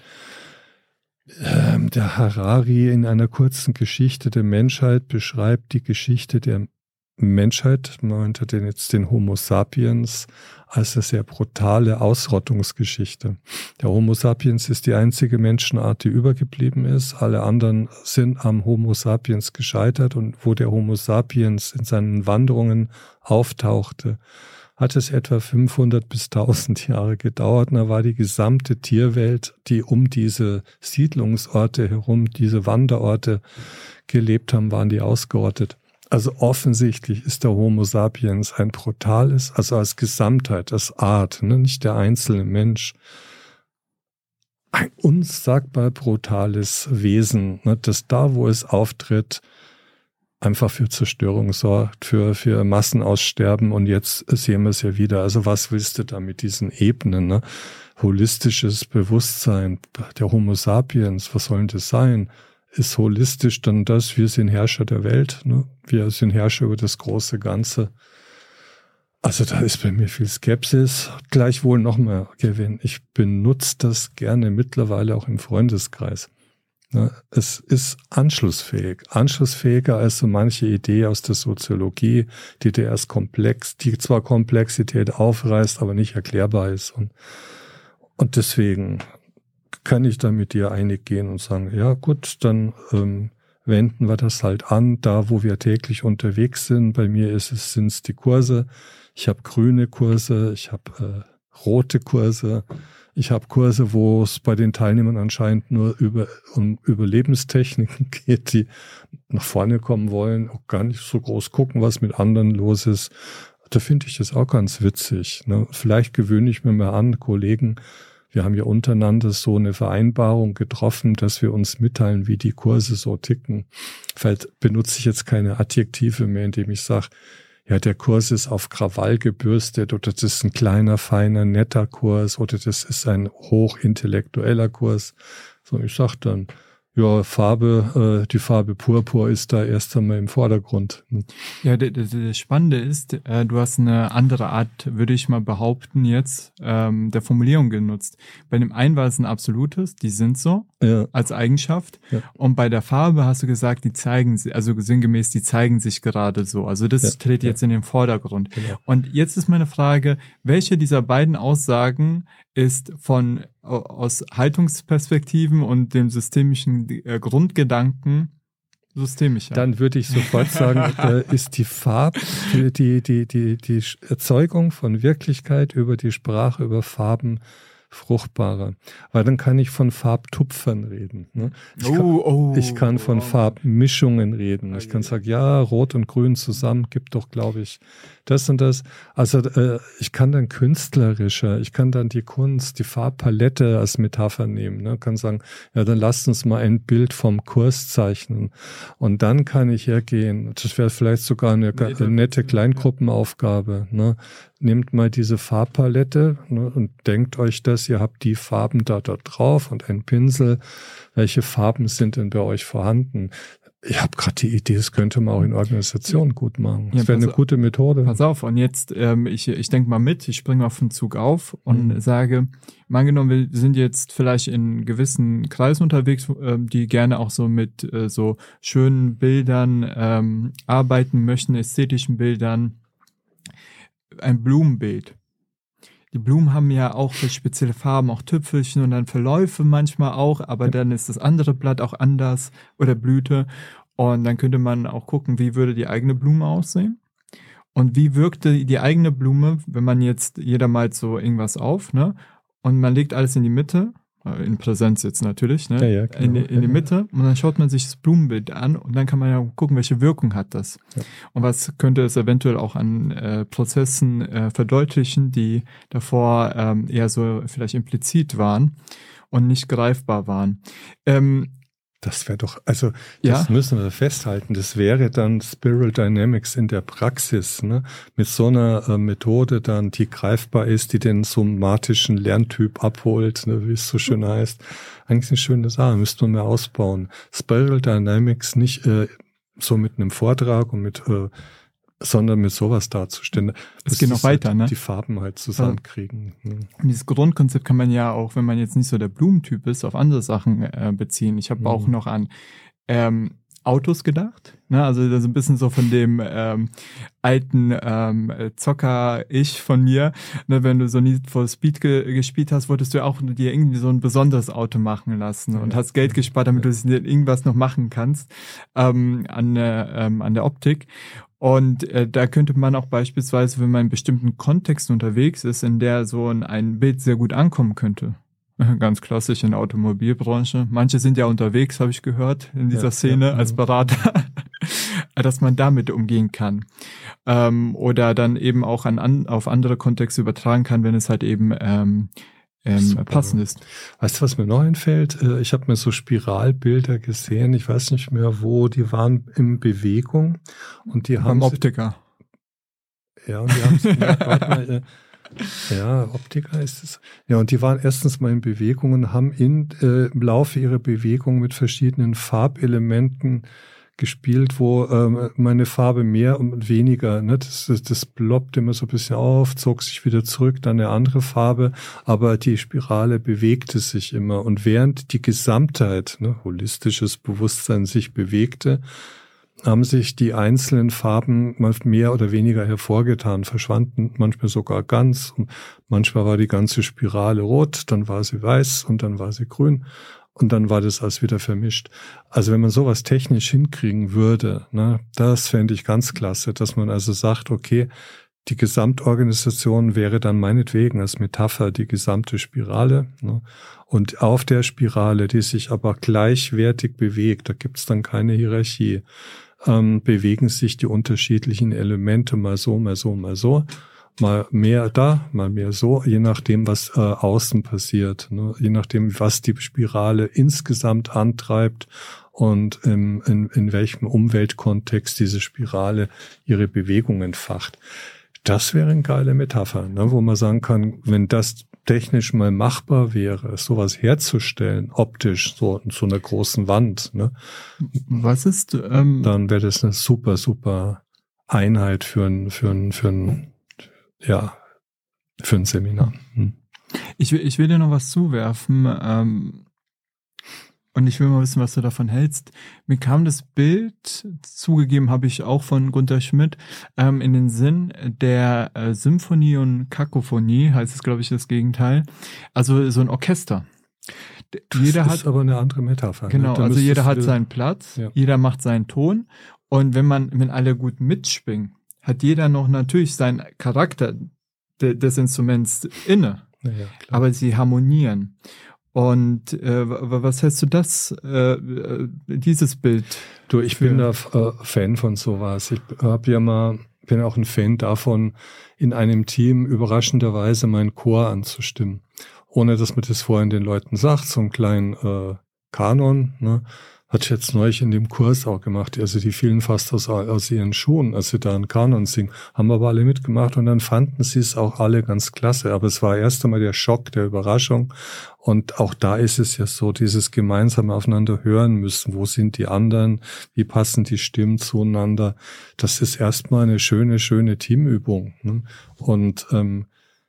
Ähm, der Harari in einer kurzen Geschichte der Menschheit beschreibt die Geschichte der Menschheit, man meinte den jetzt den Homo sapiens, als eine sehr brutale Ausrottungsgeschichte. Der Homo sapiens ist die einzige Menschenart, die übergeblieben ist. Alle anderen sind am Homo sapiens gescheitert und wo der Homo sapiens in seinen Wanderungen auftauchte, hat es etwa fünfhundert bis tausend Jahre gedauert. Und da war die gesamte Tierwelt, die um diese Siedlungsorte herum, diese Wanderorte gelebt haben, waren die ausgerottet. Also offensichtlich ist der Homo sapiens ein brutales, also als Gesamtheit, als Art, ne, nicht der einzelne Mensch, ein unsagbar brutales Wesen, ne, das da, wo es auftritt, einfach für Zerstörung sorgt, für, für Massenaussterben und jetzt sehen wir es ja wieder. Also was willst du da mit diesen Ebenen, ne? Holistisches Bewusstsein, der Homo sapiens, was soll denn das sein? Ist holistisch dann das, wir sind Herrscher der Welt, ne? Wir sind Herrscher über das große Ganze. Also da ist bei mir viel Skepsis. Gleichwohl nochmal, Kevin, ich benutze das gerne mittlerweile auch im Freundeskreis. Ne? Es ist anschlussfähig, anschlussfähiger als so manche Idee aus der Soziologie, die dir erst komplex, die zwar Komplexität aufreißt, aber nicht erklärbar ist. Und, und deswegen kann ich da mit dir einig gehen und sagen, ja gut, dann ähm, wenden wir das halt an, da wo wir täglich unterwegs sind. Bei mir ist es, sind es die Kurse. Ich habe grüne Kurse, ich habe äh, rote Kurse, ich habe Kurse, wo es bei den Teilnehmern anscheinend nur über um Überlebenstechniken geht, die nach vorne kommen wollen, auch gar nicht so groß gucken, was mit anderen los ist. Da finde ich das auch ganz witzig. Ne? Vielleicht gewöhne ich mir mal an, Kollegen, wir haben ja untereinander so eine Vereinbarung getroffen, dass wir uns mitteilen, wie die Kurse so ticken. Vielleicht benutze ich jetzt keine Adjektive mehr, indem ich sage, ja, der Kurs ist auf Krawall gebürstet oder das ist ein kleiner, feiner, netter Kurs oder das ist ein hochintellektueller Kurs. So, ich sage dann, ja, Farbe, äh, die Farbe Purpur ist da erst einmal im Vordergrund. Ja, das Spannende ist, äh, du hast eine andere Art, würde ich mal behaupten, jetzt ähm, der Formulierung genutzt. Bei dem einen war es ein absolutes, die sind so, ja, als Eigenschaft. Ja. Und bei der Farbe hast du gesagt, die zeigen sich, also sinngemäß, die zeigen sich gerade so. Also das ja, tritt jetzt ja in den Vordergrund. Genau. Und jetzt ist meine Frage, welche dieser beiden Aussagen ist von aus Haltungsperspektiven und dem systemischen äh, Grundgedanken systemischer? Dann würde ich sofort sagen, äh, ist die Farb, die, die, die, die, die Erzeugung von Wirklichkeit über die Sprache, über Farben fruchtbarer. Weil dann kann ich von Farbtupfern reden. Ne? Ich, oh, kann, oh, ich kann von oh. Farbmischungen reden. Ich kann sagen, ja, Rot und Grün zusammen gibt doch, glaube ich, das und das. Also äh, ich kann dann künstlerischer, ich kann dann die Kunst, die Farbpalette als Metapher nehmen. Ne? Kann sagen, ja, dann lasst uns mal ein Bild vom Kurs zeichnen. Und dann kann ich hergehen. Das wäre vielleicht sogar eine, nee, eine nette Kleingruppenaufgabe. Ne? Nehmt mal diese Farbpalette, ne, und denkt euch das, ihr habt die Farben da, da drauf und ein Pinsel. Welche Farben sind denn bei euch vorhanden? Ich habe gerade die Idee, das könnte man auch in Organisationen gut machen. Das ja, wäre eine gute Methode. Pass auf, und jetzt, ähm, ich, ich denke mal mit, ich springe auf den Zug auf und mhm. sage, mal angenommen, wir sind jetzt vielleicht in gewissen Kreisen unterwegs, ähm, die gerne auch so mit äh, so schönen Bildern ähm, arbeiten möchten, ästhetischen Bildern. Ein Blumenbild. Die Blumen haben ja auch spezielle Farben, auch Tüpfelchen und dann Verläufe manchmal auch, aber ja. Dann ist das andere Blatt auch anders oder Blüte und dann könnte man auch gucken, wie würde die eigene Blume aussehen und wie wirkte die eigene Blume, wenn man jetzt, jeder malt so irgendwas auf, ne, und man legt alles in die Mitte, in Präsenz jetzt natürlich, ne? Ja, ja, genau. in, in die Mitte und dann schaut man sich das Blumenbild an und dann kann man ja gucken, welche Wirkung hat das. Ja. Und was könnte es eventuell auch an äh, Prozessen äh, verdeutlichen, die davor ähm, eher so vielleicht implizit waren und nicht greifbar waren. Ähm, Das wäre doch, also ja. das müssen wir festhalten, das wäre dann Spiral Dynamics in der Praxis, ne? Mit so einer äh, Methode dann, die greifbar ist, die den somatischen Lerntyp abholt, ne? Wie es so schön heißt. Eigentlich eine schöne Sache, müsste man mehr ausbauen. Spiral Dynamics nicht äh, so mit einem Vortrag und mit äh, sondern mit sowas darzustellen. Es geht noch weiter, halt ne? Die Farben halt zusammenkriegen. Also, dieses Grundkonzept kann man ja auch, wenn man jetzt nicht so der Blumentyp ist, auf andere Sachen äh, beziehen. Ich habe mhm. auch noch an ähm, Autos gedacht. Ne? Also das ist ein bisschen so von dem ähm, alten ähm, Zocker-Ich von mir. Ne? Wenn du so Need for Speed ge- gespielt hast, wolltest du ja auch dir irgendwie so ein besonderes Auto machen lassen und ja. hast Geld gespart, damit ja. du irgendwas noch machen kannst ähm, an, äh, ähm, an der Optik. Und äh, da könnte man auch beispielsweise, wenn man in bestimmten Kontexten unterwegs ist, in der so ein, ein Bild sehr gut ankommen könnte. Ganz klassisch in der Automobilbranche. Manche sind ja unterwegs, habe ich gehört, in dieser ja, Szene ja, als Berater, dass man damit umgehen kann. Ähm, oder dann eben auch an, an auf andere Kontexte übertragen kann, wenn es halt eben ähm, ähm, passend ist. Weißt du, was mir noch einfällt? Ich habe mir so Spiralbilder gesehen, ich weiß nicht mehr wo, die waren in Bewegung und die haben... Beim Optiker. Ja, und die haben es... ja, Ja, Optiker ist es. Ja, und die waren erstens mal in Bewegung und haben in, äh, im Laufe ihrer Bewegung mit verschiedenen Farbelementen gespielt, wo ähm, meine Farbe mehr und weniger, ne, das, das, das ploppt immer so ein bisschen auf, zog sich wieder zurück, dann eine andere Farbe, aber die Spirale bewegte sich immer. Und während die Gesamtheit, ne, holistisches Bewusstsein sich bewegte, haben sich die einzelnen Farben mal mehr oder weniger hervorgetan, verschwanden manchmal sogar ganz. Und manchmal war die ganze Spirale rot, dann war sie weiß und dann war sie grün und dann war das alles wieder vermischt. Also wenn man sowas technisch hinkriegen würde, ne, das fände ich ganz klasse, dass man also sagt, okay, die Gesamtorganisation wäre dann meinetwegen als Metapher die gesamte Spirale, ne? Und auf der Spirale, die sich aber gleichwertig bewegt, da gibt's dann keine Hierarchie, ähm, bewegen sich die unterschiedlichen Elemente mal so, mal so, mal so, mal mehr da, mal mehr so, je nachdem, was äh, außen passiert, ne? Je nachdem, was die Spirale insgesamt antreibt und in, in, in welchem Umweltkontext diese Spirale ihre Bewegung entfacht. Das wäre eine geile Metapher, ne, wo man sagen kann, wenn das technisch mal machbar wäre, sowas herzustellen, optisch, so in so einer großen Wand, ne, was ist, ähm, dann wäre das eine super, super Einheit für ein, für ein, für ein, ja, für ein Seminar. Hm. Ich will, ich will dir noch was zuwerfen, ähm, und ich will mal wissen, was du davon hältst. Mir kam das Bild, zugegeben habe ich auch von Gunter Schmidt, ähm, in den Sinn der äh, Symphonie und Kakophonie, heißt es, glaube ich, das Gegenteil. Also so ein Orchester. Das jeder ist hat, aber eine andere Metapher. Genau, ne? Also jeder hat seinen Platz, ja. jeder macht seinen Ton. Und wenn man, wenn alle gut mitschwingen, hat jeder noch natürlich seinen Charakter de, des Instruments inne. Ja, ja, aber sie harmonieren. Und äh, was hältst du das, äh, dieses Bild? Du, ich bin da äh, Fan von sowas. Ich habe ja mal, bin auch ein Fan davon, in einem Team überraschenderweise meinen Chor anzustimmen. Ohne dass man das vorhin den Leuten sagt, so einen kleinen äh, Kanon, ne? Hatte ich jetzt neulich in dem Kurs auch gemacht. Also die fielen fast aus, aus ihren Schuhen, als sie da einen Kanon singen. Haben aber alle mitgemacht und dann fanden sie es auch alle ganz klasse. Aber es war erst einmal der Schock, der Überraschung. Und auch da ist es ja so, dieses gemeinsame Aufeinander hören müssen. Wo sind die anderen? Wie passen die Stimmen zueinander? Das ist erstmal eine schöne, schöne Teamübung. Ne? Und ähm,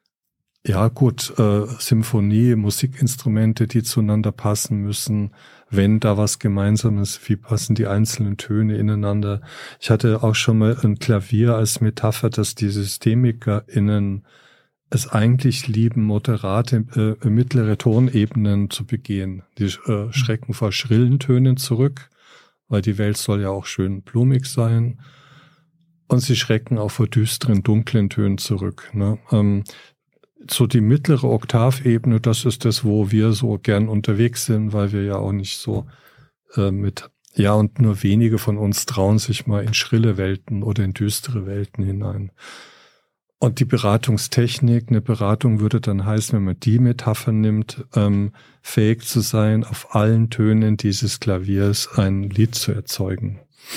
ja gut, äh, Symphonie, Musikinstrumente, die zueinander passen müssen. Wenn da was Gemeinsames, wie passen die einzelnen Töne ineinander? Ich hatte auch schon mal ein Klavier als Metapher, dass die SystemikerInnen es eigentlich lieben, moderate, äh, mittlere Tonebenen zu begehen. Die äh, schrecken vor schrillen Tönen zurück, weil die Welt soll ja auch schön blumig sein. Und sie schrecken auch vor düsteren, dunklen Tönen zurück. Ne? Ähm, So die mittlere Oktavebene, das ist das, wo wir so gern unterwegs sind, weil wir ja auch nicht so äh, mit, ja, und nur wenige von uns trauen sich mal in schrille Welten oder in düstere Welten hinein. Und die Beratungstechnik, eine Beratung würde dann heißen, wenn man die Metapher nimmt, ähm, fähig zu sein, auf allen Tönen dieses Klaviers ein Lied zu erzeugen.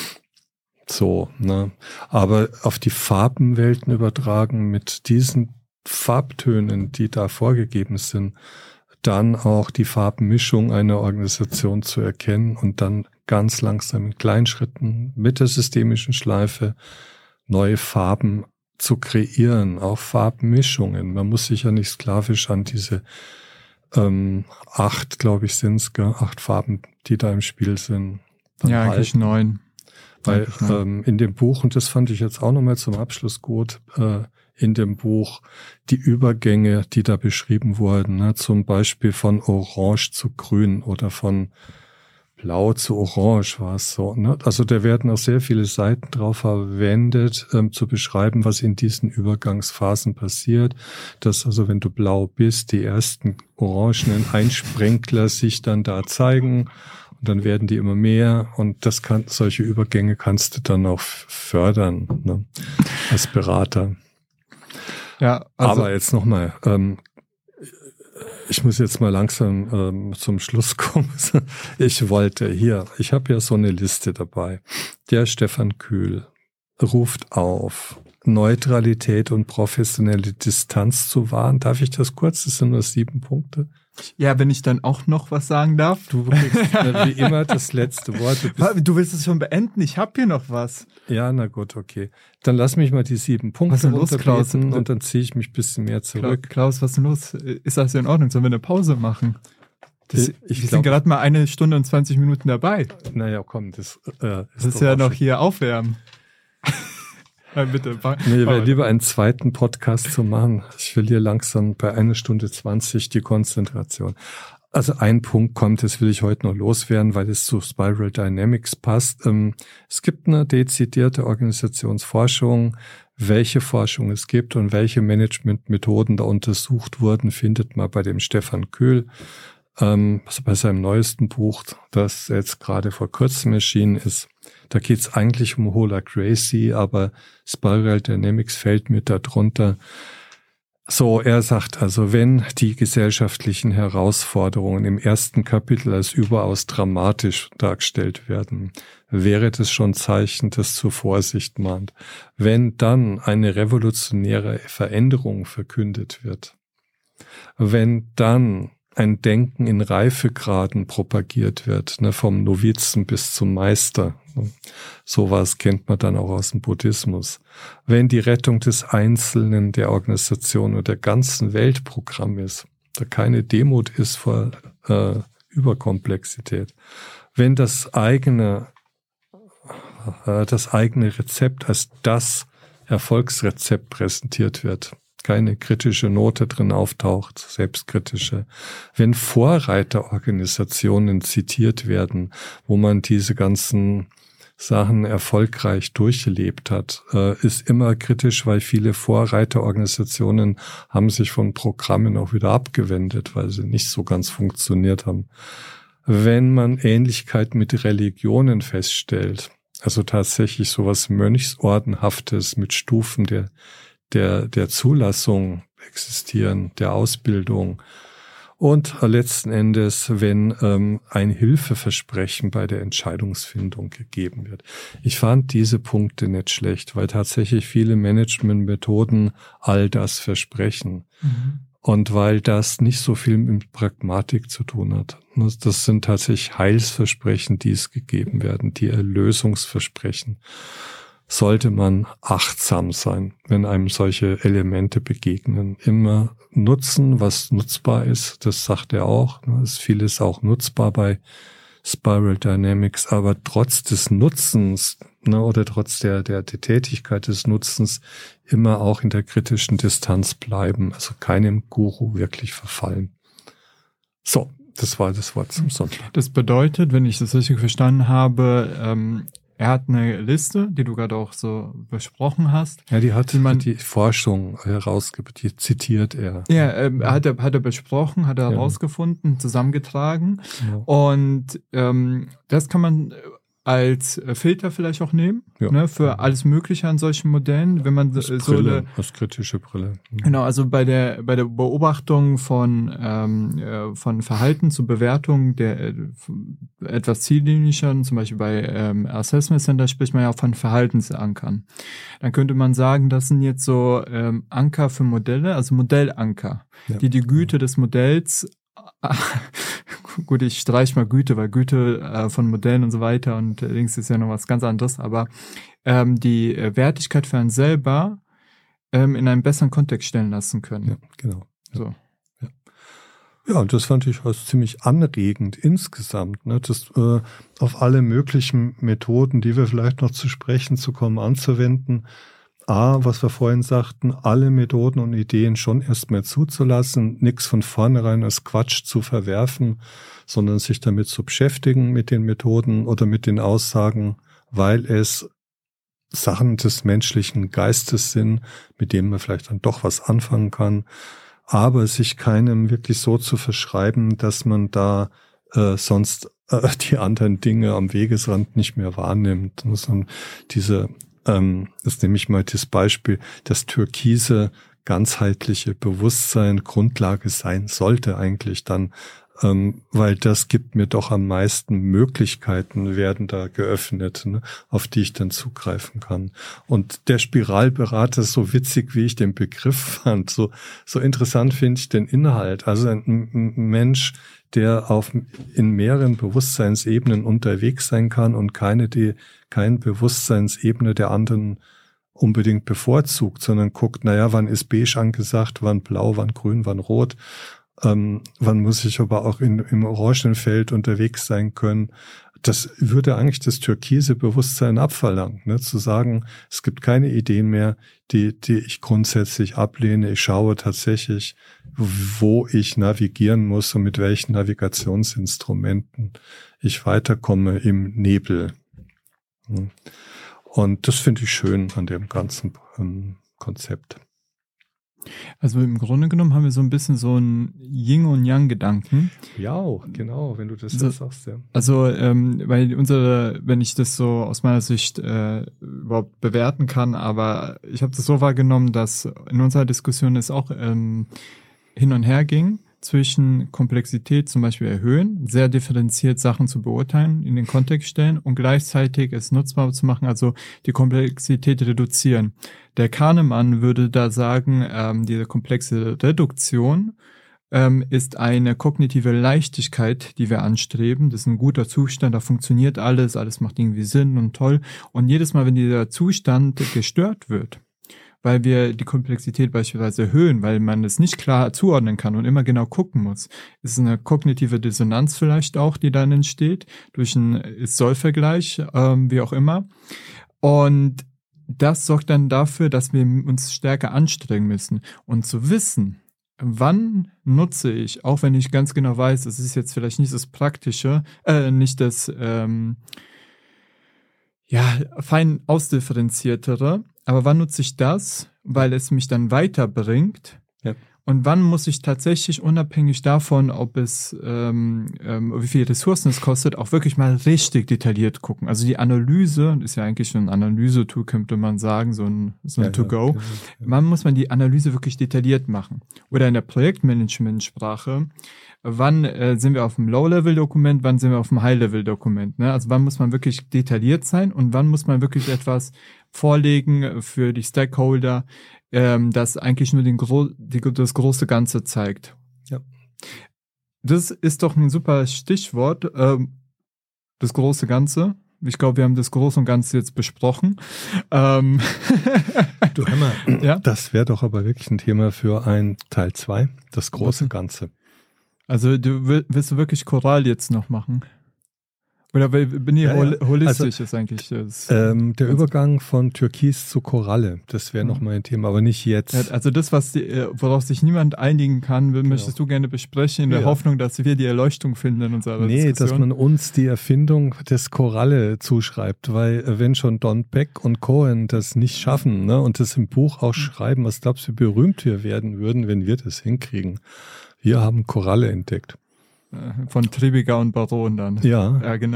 So, ne? Aber auf die Farbenwelten übertragen, mit diesen Farbtönen, die da vorgegeben sind, dann auch die Farbmischung einer Organisation zu erkennen und dann ganz langsam in Kleinschritten mit der systemischen Schleife neue Farben zu kreieren, auch Farbmischungen. Man muss sich ja nicht sklavisch an diese ähm, acht, glaube ich, sind es, acht Farben, die da im Spiel sind. Ja, eigentlich halten. neun. Weil ähm, in dem Buch, und das fand ich jetzt auch nochmal zum Abschluss gut, äh, in dem Buch die Übergänge, die da beschrieben wurden, ne, zum Beispiel von Orange zu Grün oder von Blau zu Orange war es so. Ne? Also da werden auch sehr viele Seiten drauf verwendet, ähm, zu beschreiben, was in diesen Übergangsphasen passiert. Dass also, wenn du blau bist, die ersten orangenen Einsprenkler sich dann da zeigen und dann werden die immer mehr und das kann, solche Übergänge kannst du dann auch fördern, ne? Als Berater. Ja, also aber jetzt nochmal, ähm, ich muss jetzt mal langsam ähm, zum Schluss kommen. Ich wollte hier, ich habe ja so eine Liste dabei. Der Stefan Kühl ruft auf, Neutralität und professionelle Distanz zu wahren. Darf ich das kurz? Das sind nur sieben Punkte. Ja, wenn ich dann auch noch was sagen darf. Du kriegst wie immer das letzte Wort. Du, du willst es schon beenden? Ich habe hier noch was. Ja, na gut, okay. Dann lass mich mal die sieben Punkte was ist denn los, Klaus? Und dann ziehe ich mich ein bisschen mehr zurück. Klaus, was ist denn los? Ist das in Ordnung? Sollen wir eine Pause machen? Das, ich wir glaub, sind gerade mal eine Stunde und zwanzig Minuten dabei. Naja, komm, das, äh, ist, das ist ja noch hier aufwärmen. Ja, bitte. Mir wäre lieber einen zweiten Podcast zu machen. Ich verliere langsam bei einer Stunde zwanzig die Konzentration. Also ein Punkt kommt, das will ich heute noch loswerden, weil es zu Spiral Dynamics passt. Es gibt eine dezidierte Organisationsforschung. Welche Forschung es gibt und welche Managementmethoden da untersucht wurden, findet man bei dem Stefan Kühl. Also bei seinem neuesten Buch, das jetzt gerade vor kurzem erschienen ist. Da geht es eigentlich um Holacracy, aber Spiral Dynamics fällt mit darunter. So, er sagt also, wenn die gesellschaftlichen Herausforderungen im ersten Kapitel als überaus dramatisch dargestellt werden, wäre das schon Zeichen, das zur Vorsicht mahnt. Wenn dann eine revolutionäre Veränderung verkündet wird, wenn dann ein Denken in Reifegraden propagiert wird, ne, vom Novizen bis zum Meister. Ne. Sowas kennt man dann auch aus dem Buddhismus. Wenn die Rettung des Einzelnen, der Organisation oder der ganzen Welt Programm ist, da keine Demut ist vor äh, Überkomplexität. Wenn das eigene, äh, das eigene Rezept als das Erfolgsrezept präsentiert wird, keine kritische Note drin auftaucht, selbstkritische. Wenn Vorreiterorganisationen zitiert werden, wo man diese ganzen Sachen erfolgreich durchgelebt hat, äh, ist immer kritisch, weil viele Vorreiterorganisationen haben sich von Programmen auch wieder abgewendet, weil sie nicht so ganz funktioniert haben. Wenn man Ähnlichkeit mit Religionen feststellt, also tatsächlich sowas Mönchsordenhaftes mit Stufen der der der Zulassung existieren, der Ausbildung und letzten Endes, wenn ähm, ein Hilfeversprechen bei der Entscheidungsfindung gegeben wird. Ich fand diese Punkte nicht schlecht, weil tatsächlich viele Managementmethoden all das versprechen. Mhm. Und weil das nicht so viel mit Pragmatik zu tun hat. Das sind tatsächlich Heilsversprechen, die es gegeben werden, die Erlösungsversprechen. Sollte man achtsam sein, wenn einem solche Elemente begegnen. Immer nutzen, was nutzbar ist, das sagt er auch. Es ist vieles auch nutzbar bei Spiral Dynamics, aber trotz des Nutzens, ne, oder trotz der, der, der Tätigkeit des Nutzens immer auch in der kritischen Distanz bleiben, also keinem Guru wirklich verfallen. So, das war das Wort zum Sonntag. Das bedeutet, wenn ich das richtig verstanden habe, ähm, er hat eine Liste, die du gerade auch so besprochen hast. Ja, die hat man die Forschung herausgegeben, die zitiert er. Ja, ähm, ja. Hat er hat er besprochen, hat er herausgefunden, ja. zusammengetragen. Ja. Und ähm, das kann man als Filter vielleicht auch nehmen, ja. ne, für alles Mögliche an solchen Modellen, wenn man als so Brille, eine, als kritische Brille. Mhm. Genau, also bei der bei der Beobachtung von ähm, äh, von Verhalten zur Bewertung der äh, etwas zieldienlicheren, zum Beispiel bei ähm, Assessment Center spricht man ja auch von Verhaltensankern. Dann könnte man sagen, das sind jetzt so ähm, Anker für Modelle, also Modellanker, ja. die die Güte des Modells gut, ich streich mal Güte, weil Güte äh, von Modellen und so weiter und äh, links ist ja noch was ganz anderes, aber ähm, die äh, Wertigkeit für einen selber ähm, in einen besseren Kontext stellen lassen können. Ja, genau. Ja. So. Ja. ja, und das fand ich was ziemlich anregend insgesamt, ne, das äh, auf alle möglichen Methoden, die wir vielleicht noch zu sprechen zu kommen, anzuwenden. A, was wir vorhin sagten, alle Methoden und Ideen schon erstmal zuzulassen, nichts von vornherein als Quatsch zu verwerfen, sondern sich damit zu beschäftigen mit den Methoden oder mit den Aussagen, weil es Sachen des menschlichen Geistes sind, mit denen man vielleicht dann doch was anfangen kann, aber sich keinem wirklich so zu verschreiben, dass man da äh, sonst äh, die anderen Dinge am Wegesrand nicht mehr wahrnimmt, sondern diese Ähm, das nehme ich mal das Beispiel, das türkise ganzheitliche Bewusstsein Grundlage sein sollte eigentlich dann, ähm, weil das gibt mir doch am meisten Möglichkeiten, werden da geöffnet, ne, auf die ich dann zugreifen kann. Und der Spiralberater, so witzig wie ich den Begriff fand, so, so interessant finde ich den Inhalt. Also ein, ein Mensch, der auf, in mehreren Bewusstseinsebenen unterwegs sein kann und keine, die, keine Bewusstseinsebene der anderen unbedingt bevorzugt, sondern guckt, naja, wann ist beige angesagt, wann blau, wann grün, wann rot, ähm, wann muss ich aber auch in, im Orangenfeld unterwegs sein können. Das würde eigentlich das türkise Bewusstsein abverlangen, ne? Zu sagen, es gibt keine Ideen mehr, die, die ich grundsätzlich ablehne. Ich schaue tatsächlich, wo ich navigieren muss und mit welchen Navigationsinstrumenten ich weiterkomme im Nebel. Und das finde ich schön an dem ganzen ähm, Konzept. Also im Grunde genommen haben wir so ein bisschen so einen Yin- und Yang-Gedanken. Ja, genau, wenn du das so, so sagst, ja. Also, ähm, weil unsere, wenn ich das so aus meiner Sicht äh, überhaupt bewerten kann, aber ich habe das so wahrgenommen, dass in unserer Diskussion es auch ähm, hin und her ging zwischen Komplexität zum Beispiel erhöhen, sehr differenziert Sachen zu beurteilen, in den Kontext stellen und gleichzeitig es nutzbar zu machen, also die Komplexität reduzieren. Der Kahnemann würde da sagen, ähm, diese komplexe Reduktion ähm, ist eine kognitive Leichtigkeit, die wir anstreben. Das ist ein guter Zustand, da funktioniert alles, alles macht irgendwie Sinn und toll. Und jedes Mal, wenn dieser Zustand gestört wird, weil wir die Komplexität beispielsweise erhöhen, weil man es nicht klar zuordnen kann und immer genau gucken muss. Ist eine kognitive Dissonanz vielleicht auch, die dann entsteht, durch einen Ist-Soll-Vergleich, ähm, wie auch immer. Und das sorgt dann dafür, dass wir uns stärker anstrengen müssen. Und zu wissen, wann nutze ich, auch wenn ich ganz genau weiß, es ist jetzt vielleicht nicht das Praktische, äh, nicht das ähm, ja, fein ausdifferenziertere, aber wann nutze ich das, weil es mich dann weiterbringt? Ja. Und wann muss ich tatsächlich unabhängig davon, ob es, ähm, ähm, wie viele Ressourcen es kostet, auch wirklich mal richtig detailliert gucken. Also die Analyse, ist ja eigentlich schon ein Analyse-Tool, könnte man sagen, so ein, so ein ja, To-Go. Ja, ja. Wann muss man die Analyse wirklich detailliert machen? Oder in der Projektmanagement-Sprache, wann äh, sind wir auf dem Low-Level-Dokument, wann sind wir auf dem High-Level-Dokument? Ne? Also wann muss man wirklich detailliert sein und wann muss man wirklich etwas vorlegen für die Stakeholder, ähm, das eigentlich nur den Gro- die, das große Ganze zeigt. Ja. Das ist doch ein super Stichwort, ähm, das große Ganze. Ich glaube, wir haben das Große und Ganze jetzt besprochen. Ähm du Hammer, ja? Das wäre doch aber wirklich ein Thema für ein Teil zwei, das große Ganze. Also du willst du wirklich Choral jetzt noch machen? Oder bin ich ja, hol- holistisch also, ist eigentlich das? Ähm, der Übergang von Türkis zu Koralle, das wäre mhm. nochmal ein Thema, aber nicht jetzt. Ja, also das, was die, worauf sich niemand einigen kann, genau. möchtest du gerne besprechen, in der ja. Hoffnung, dass wir die Erleuchtung finden in unserer nee, Diskussion? Nee, dass man uns die Erfindung des Koralle zuschreibt, weil wenn schon Don Beck und Cohen das nicht schaffen, ne, und das im Buch auch mhm. schreiben, was glaubst du, wie berühmt wir werden würden, wenn wir das hinkriegen? Wir haben Koralle entdeckt. Von Tribiger und Baron dann. Ja. Ja, genau.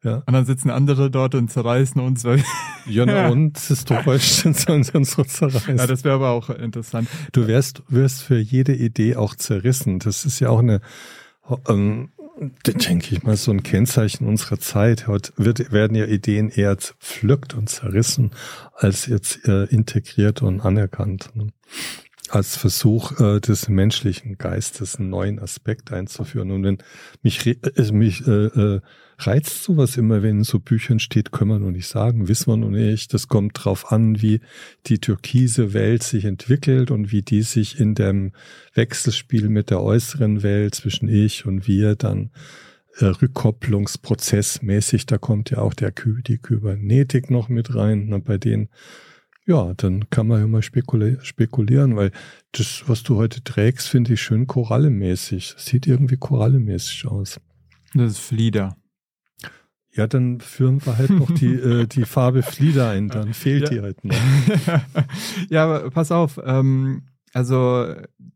Ja. Und dann sitzen andere dort und zerreißen uns. Weil ja, na, und historisch sollen sie uns so zerreißen. Ja, das wäre aber auch interessant. Du wirst, wirst für jede Idee auch zerrissen. Das ist ja auch eine, ähm, denke ich mal, so ein Kennzeichen unserer Zeit. Heute wird, werden ja Ideen eher zerpflückt und zerrissen, als jetzt äh, integriert und anerkannt. Ne? Als Versuch äh, des menschlichen Geistes einen neuen Aspekt einzuführen. Und wenn mich, äh, mich äh, äh, reizt sowas immer, wenn in so Büchern steht, können wir noch nicht sagen, wissen wir noch nicht. Das kommt drauf an, wie die türkise Welt sich entwickelt und wie die sich in dem Wechselspiel mit der äußeren Welt zwischen ich und wir dann äh, rückkopplungsprozessmäßig, da kommt ja auch der Ky- die Kybernetik noch mit rein, na, bei denen. Ja, dann kann man ja mal spekuli- spekulieren, weil das, was du heute trägst, finde ich schön korallemäßig. Das sieht irgendwie korallemäßig aus. Das ist Flieder. Ja, dann führen wir halt noch die, äh, die Farbe Flieder ein, dann fehlt ja. die halt noch. Ja, aber pass auf, ähm, also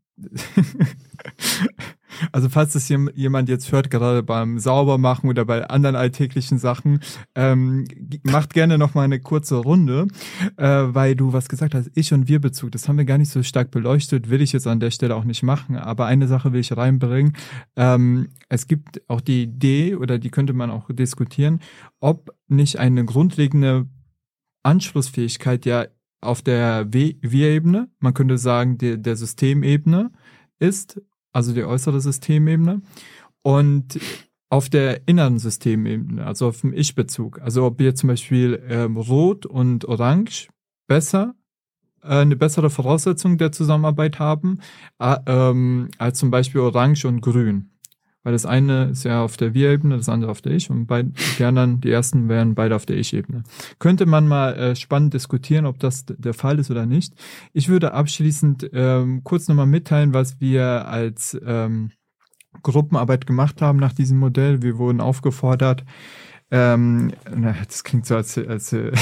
also falls das jemand jetzt hört, gerade beim Saubermachen oder bei anderen alltäglichen Sachen, ähm, macht gerne noch mal eine kurze Runde, äh, weil du was gesagt hast, Ich- und Wir-Bezug, das haben wir gar nicht so stark beleuchtet, will ich jetzt an der Stelle auch nicht machen, aber eine Sache will ich reinbringen. Ähm, es gibt auch die Idee, oder die könnte man auch diskutieren, ob nicht eine grundlegende Anschlussfähigkeit ja auf der Wir-Ebene, man könnte sagen, der, der Systemebene ist, also die äußere Systemebene, und auf der inneren Systemebene, also auf dem Ich-Bezug. Also ob wir zum Beispiel ähm, Rot und Orange besser, äh, eine bessere Voraussetzung der Zusammenarbeit haben, äh, ähm, als zum Beispiel Orange und Grün. Weil das eine ist ja auf der Wir-Ebene, das andere auf der Ich, und beid, die anderen, die ersten wären beide auf der Ich-Ebene. Könnte man mal äh, spannend diskutieren, ob das d- der Fall ist oder nicht. Ich würde abschließend ähm, kurz nochmal mitteilen, was wir als ähm, Gruppenarbeit gemacht haben nach diesem Modell. Wir wurden aufgefordert, ähm, na, das klingt so, als, als äh,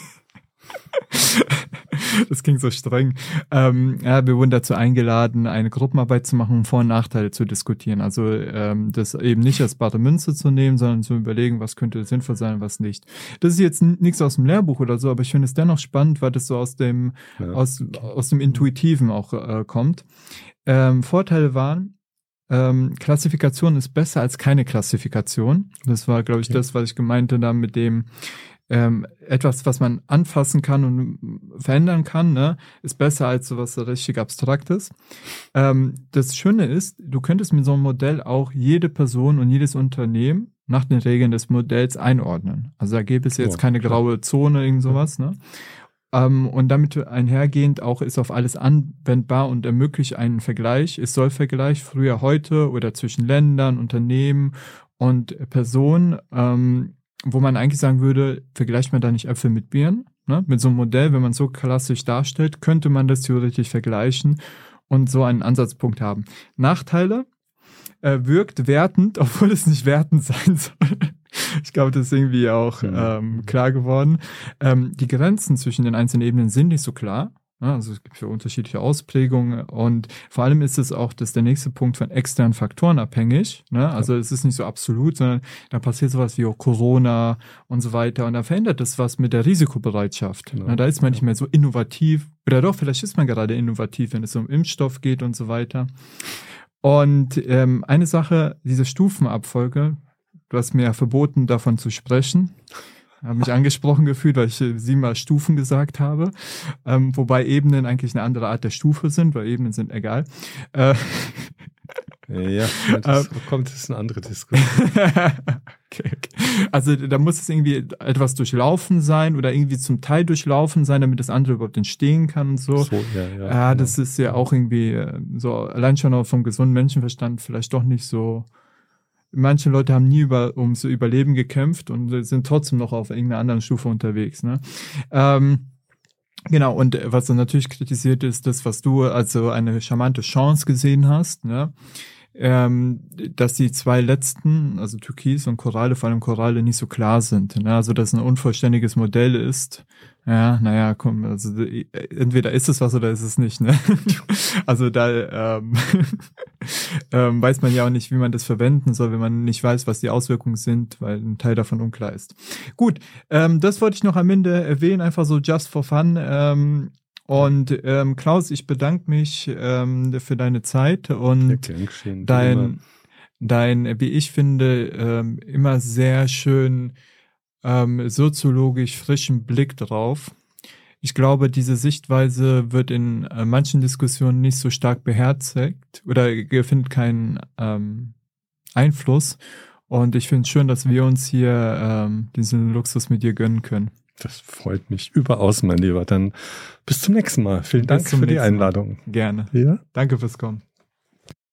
das klingt so streng. Ähm, ja, wir wurden dazu eingeladen, eine Gruppenarbeit zu machen, um Vor- und Nachteile zu diskutieren. Also ähm, das eben nicht als bare Münze zu nehmen, sondern zu überlegen, was könnte sinnvoll sein und was nicht. Das ist jetzt n- nichts aus dem Lehrbuch oder so, aber ich finde es dennoch spannend, weil das so aus dem ja. aus, aus dem Intuitiven auch äh, kommt. Ähm, Vorteile waren, ähm, Klassifikation ist besser als keine Klassifikation. Das war, glaube ich, okay. das, was ich gemeinte da mit dem Ähm, etwas, was man anfassen kann und verändern kann, ne, ist besser als sowas richtig Abstraktes. Ähm, das Schöne ist, du könntest mit so einem Modell auch jede Person und jedes Unternehmen nach den Regeln des Modells einordnen. Also da gäbe es jetzt oh, keine klar. graue Zone, irgend sowas, ne? Ähm, und damit einhergehend auch ist auf alles anwendbar und ermöglicht einen Vergleich. Es soll Vergleich früher, heute oder zwischen Ländern, Unternehmen und Personen, ähm, wo man eigentlich sagen würde, vergleicht man da nicht Äpfel mit Birnen, ne? Mit so einem Modell, wenn man es so klassisch darstellt, könnte man das theoretisch vergleichen und so einen Ansatzpunkt haben. Nachteile, äh, wirkt wertend, obwohl es nicht wertend sein soll. Ich glaube, das ist irgendwie auch ja. ähm, klar geworden. Ähm, die Grenzen zwischen den einzelnen Ebenen sind nicht so klar. Also es gibt ja unterschiedliche Ausprägungen, und vor allem ist es auch, das ist der nächste Punkt, von externen Faktoren abhängig. Ne? Also es ist nicht so absolut, sondern da passiert sowas wie auch Corona und so weiter, und da verändert das was mit der Risikobereitschaft. Genau. Na, da ist man nicht mehr so innovativ, oder doch, vielleicht ist man gerade innovativ, wenn es um Impfstoff geht und so weiter. Und ähm, eine Sache, diese Stufenabfolge, du hast mir ja verboten, davon zu sprechen. Ich habe mich angesprochen gefühlt, weil ich äh, siebenmal Stufen gesagt habe, ähm, wobei Ebenen eigentlich eine andere Art der Stufe sind, weil Ebenen sind egal. Äh, ja, das äh, kommt, das ist eine andere Diskussion. okay, okay. Also da muss es irgendwie etwas durchlaufen sein oder irgendwie zum Teil durchlaufen sein, damit das andere überhaupt entstehen kann und so. so ja, ja, ja, genau. Das ist ja auch irgendwie so, allein schon auch vom gesunden Menschenverstand vielleicht doch nicht so. Manche Leute haben nie über, ums Überleben gekämpft und sind trotzdem noch auf irgendeiner anderen Stufe unterwegs. Ne? Ähm, genau, und was dann natürlich kritisiert ist, das, was du also eine charmante Chance gesehen hast, ne? ähm, dass die zwei letzten, also Türkis und Koralle, vor allem Koralle, nicht so klar sind. Ne? Also, dass es ein unvollständiges Modell ist. Ja, naja, komm, also entweder ist es was oder ist es nicht, ne? Also da ähm, ähm, weiß man ja auch nicht, wie man das verwenden soll, wenn man nicht weiß, was die Auswirkungen sind, weil ein Teil davon unklar ist. Gut, ähm, das wollte ich noch am Ende erwähnen, einfach so just for fun. Ähm, und ähm, Klaus, ich bedanke mich ähm, für deine Zeit und ja, dein, dein, wie ich finde, ähm, immer sehr schön Ähm, soziologisch frischen Blick drauf. Ich glaube, diese Sichtweise wird in äh, manchen Diskussionen nicht so stark beherzigt oder findet keinen ähm, Einfluss. Und ich finde es schön, dass wir uns hier ähm, diesen Luxus mit dir gönnen können. Das freut mich überaus, mein Lieber. Dann bis zum nächsten Mal. Vielen Dank für die Einladung. Gerne. Ja? Danke fürs Kommen.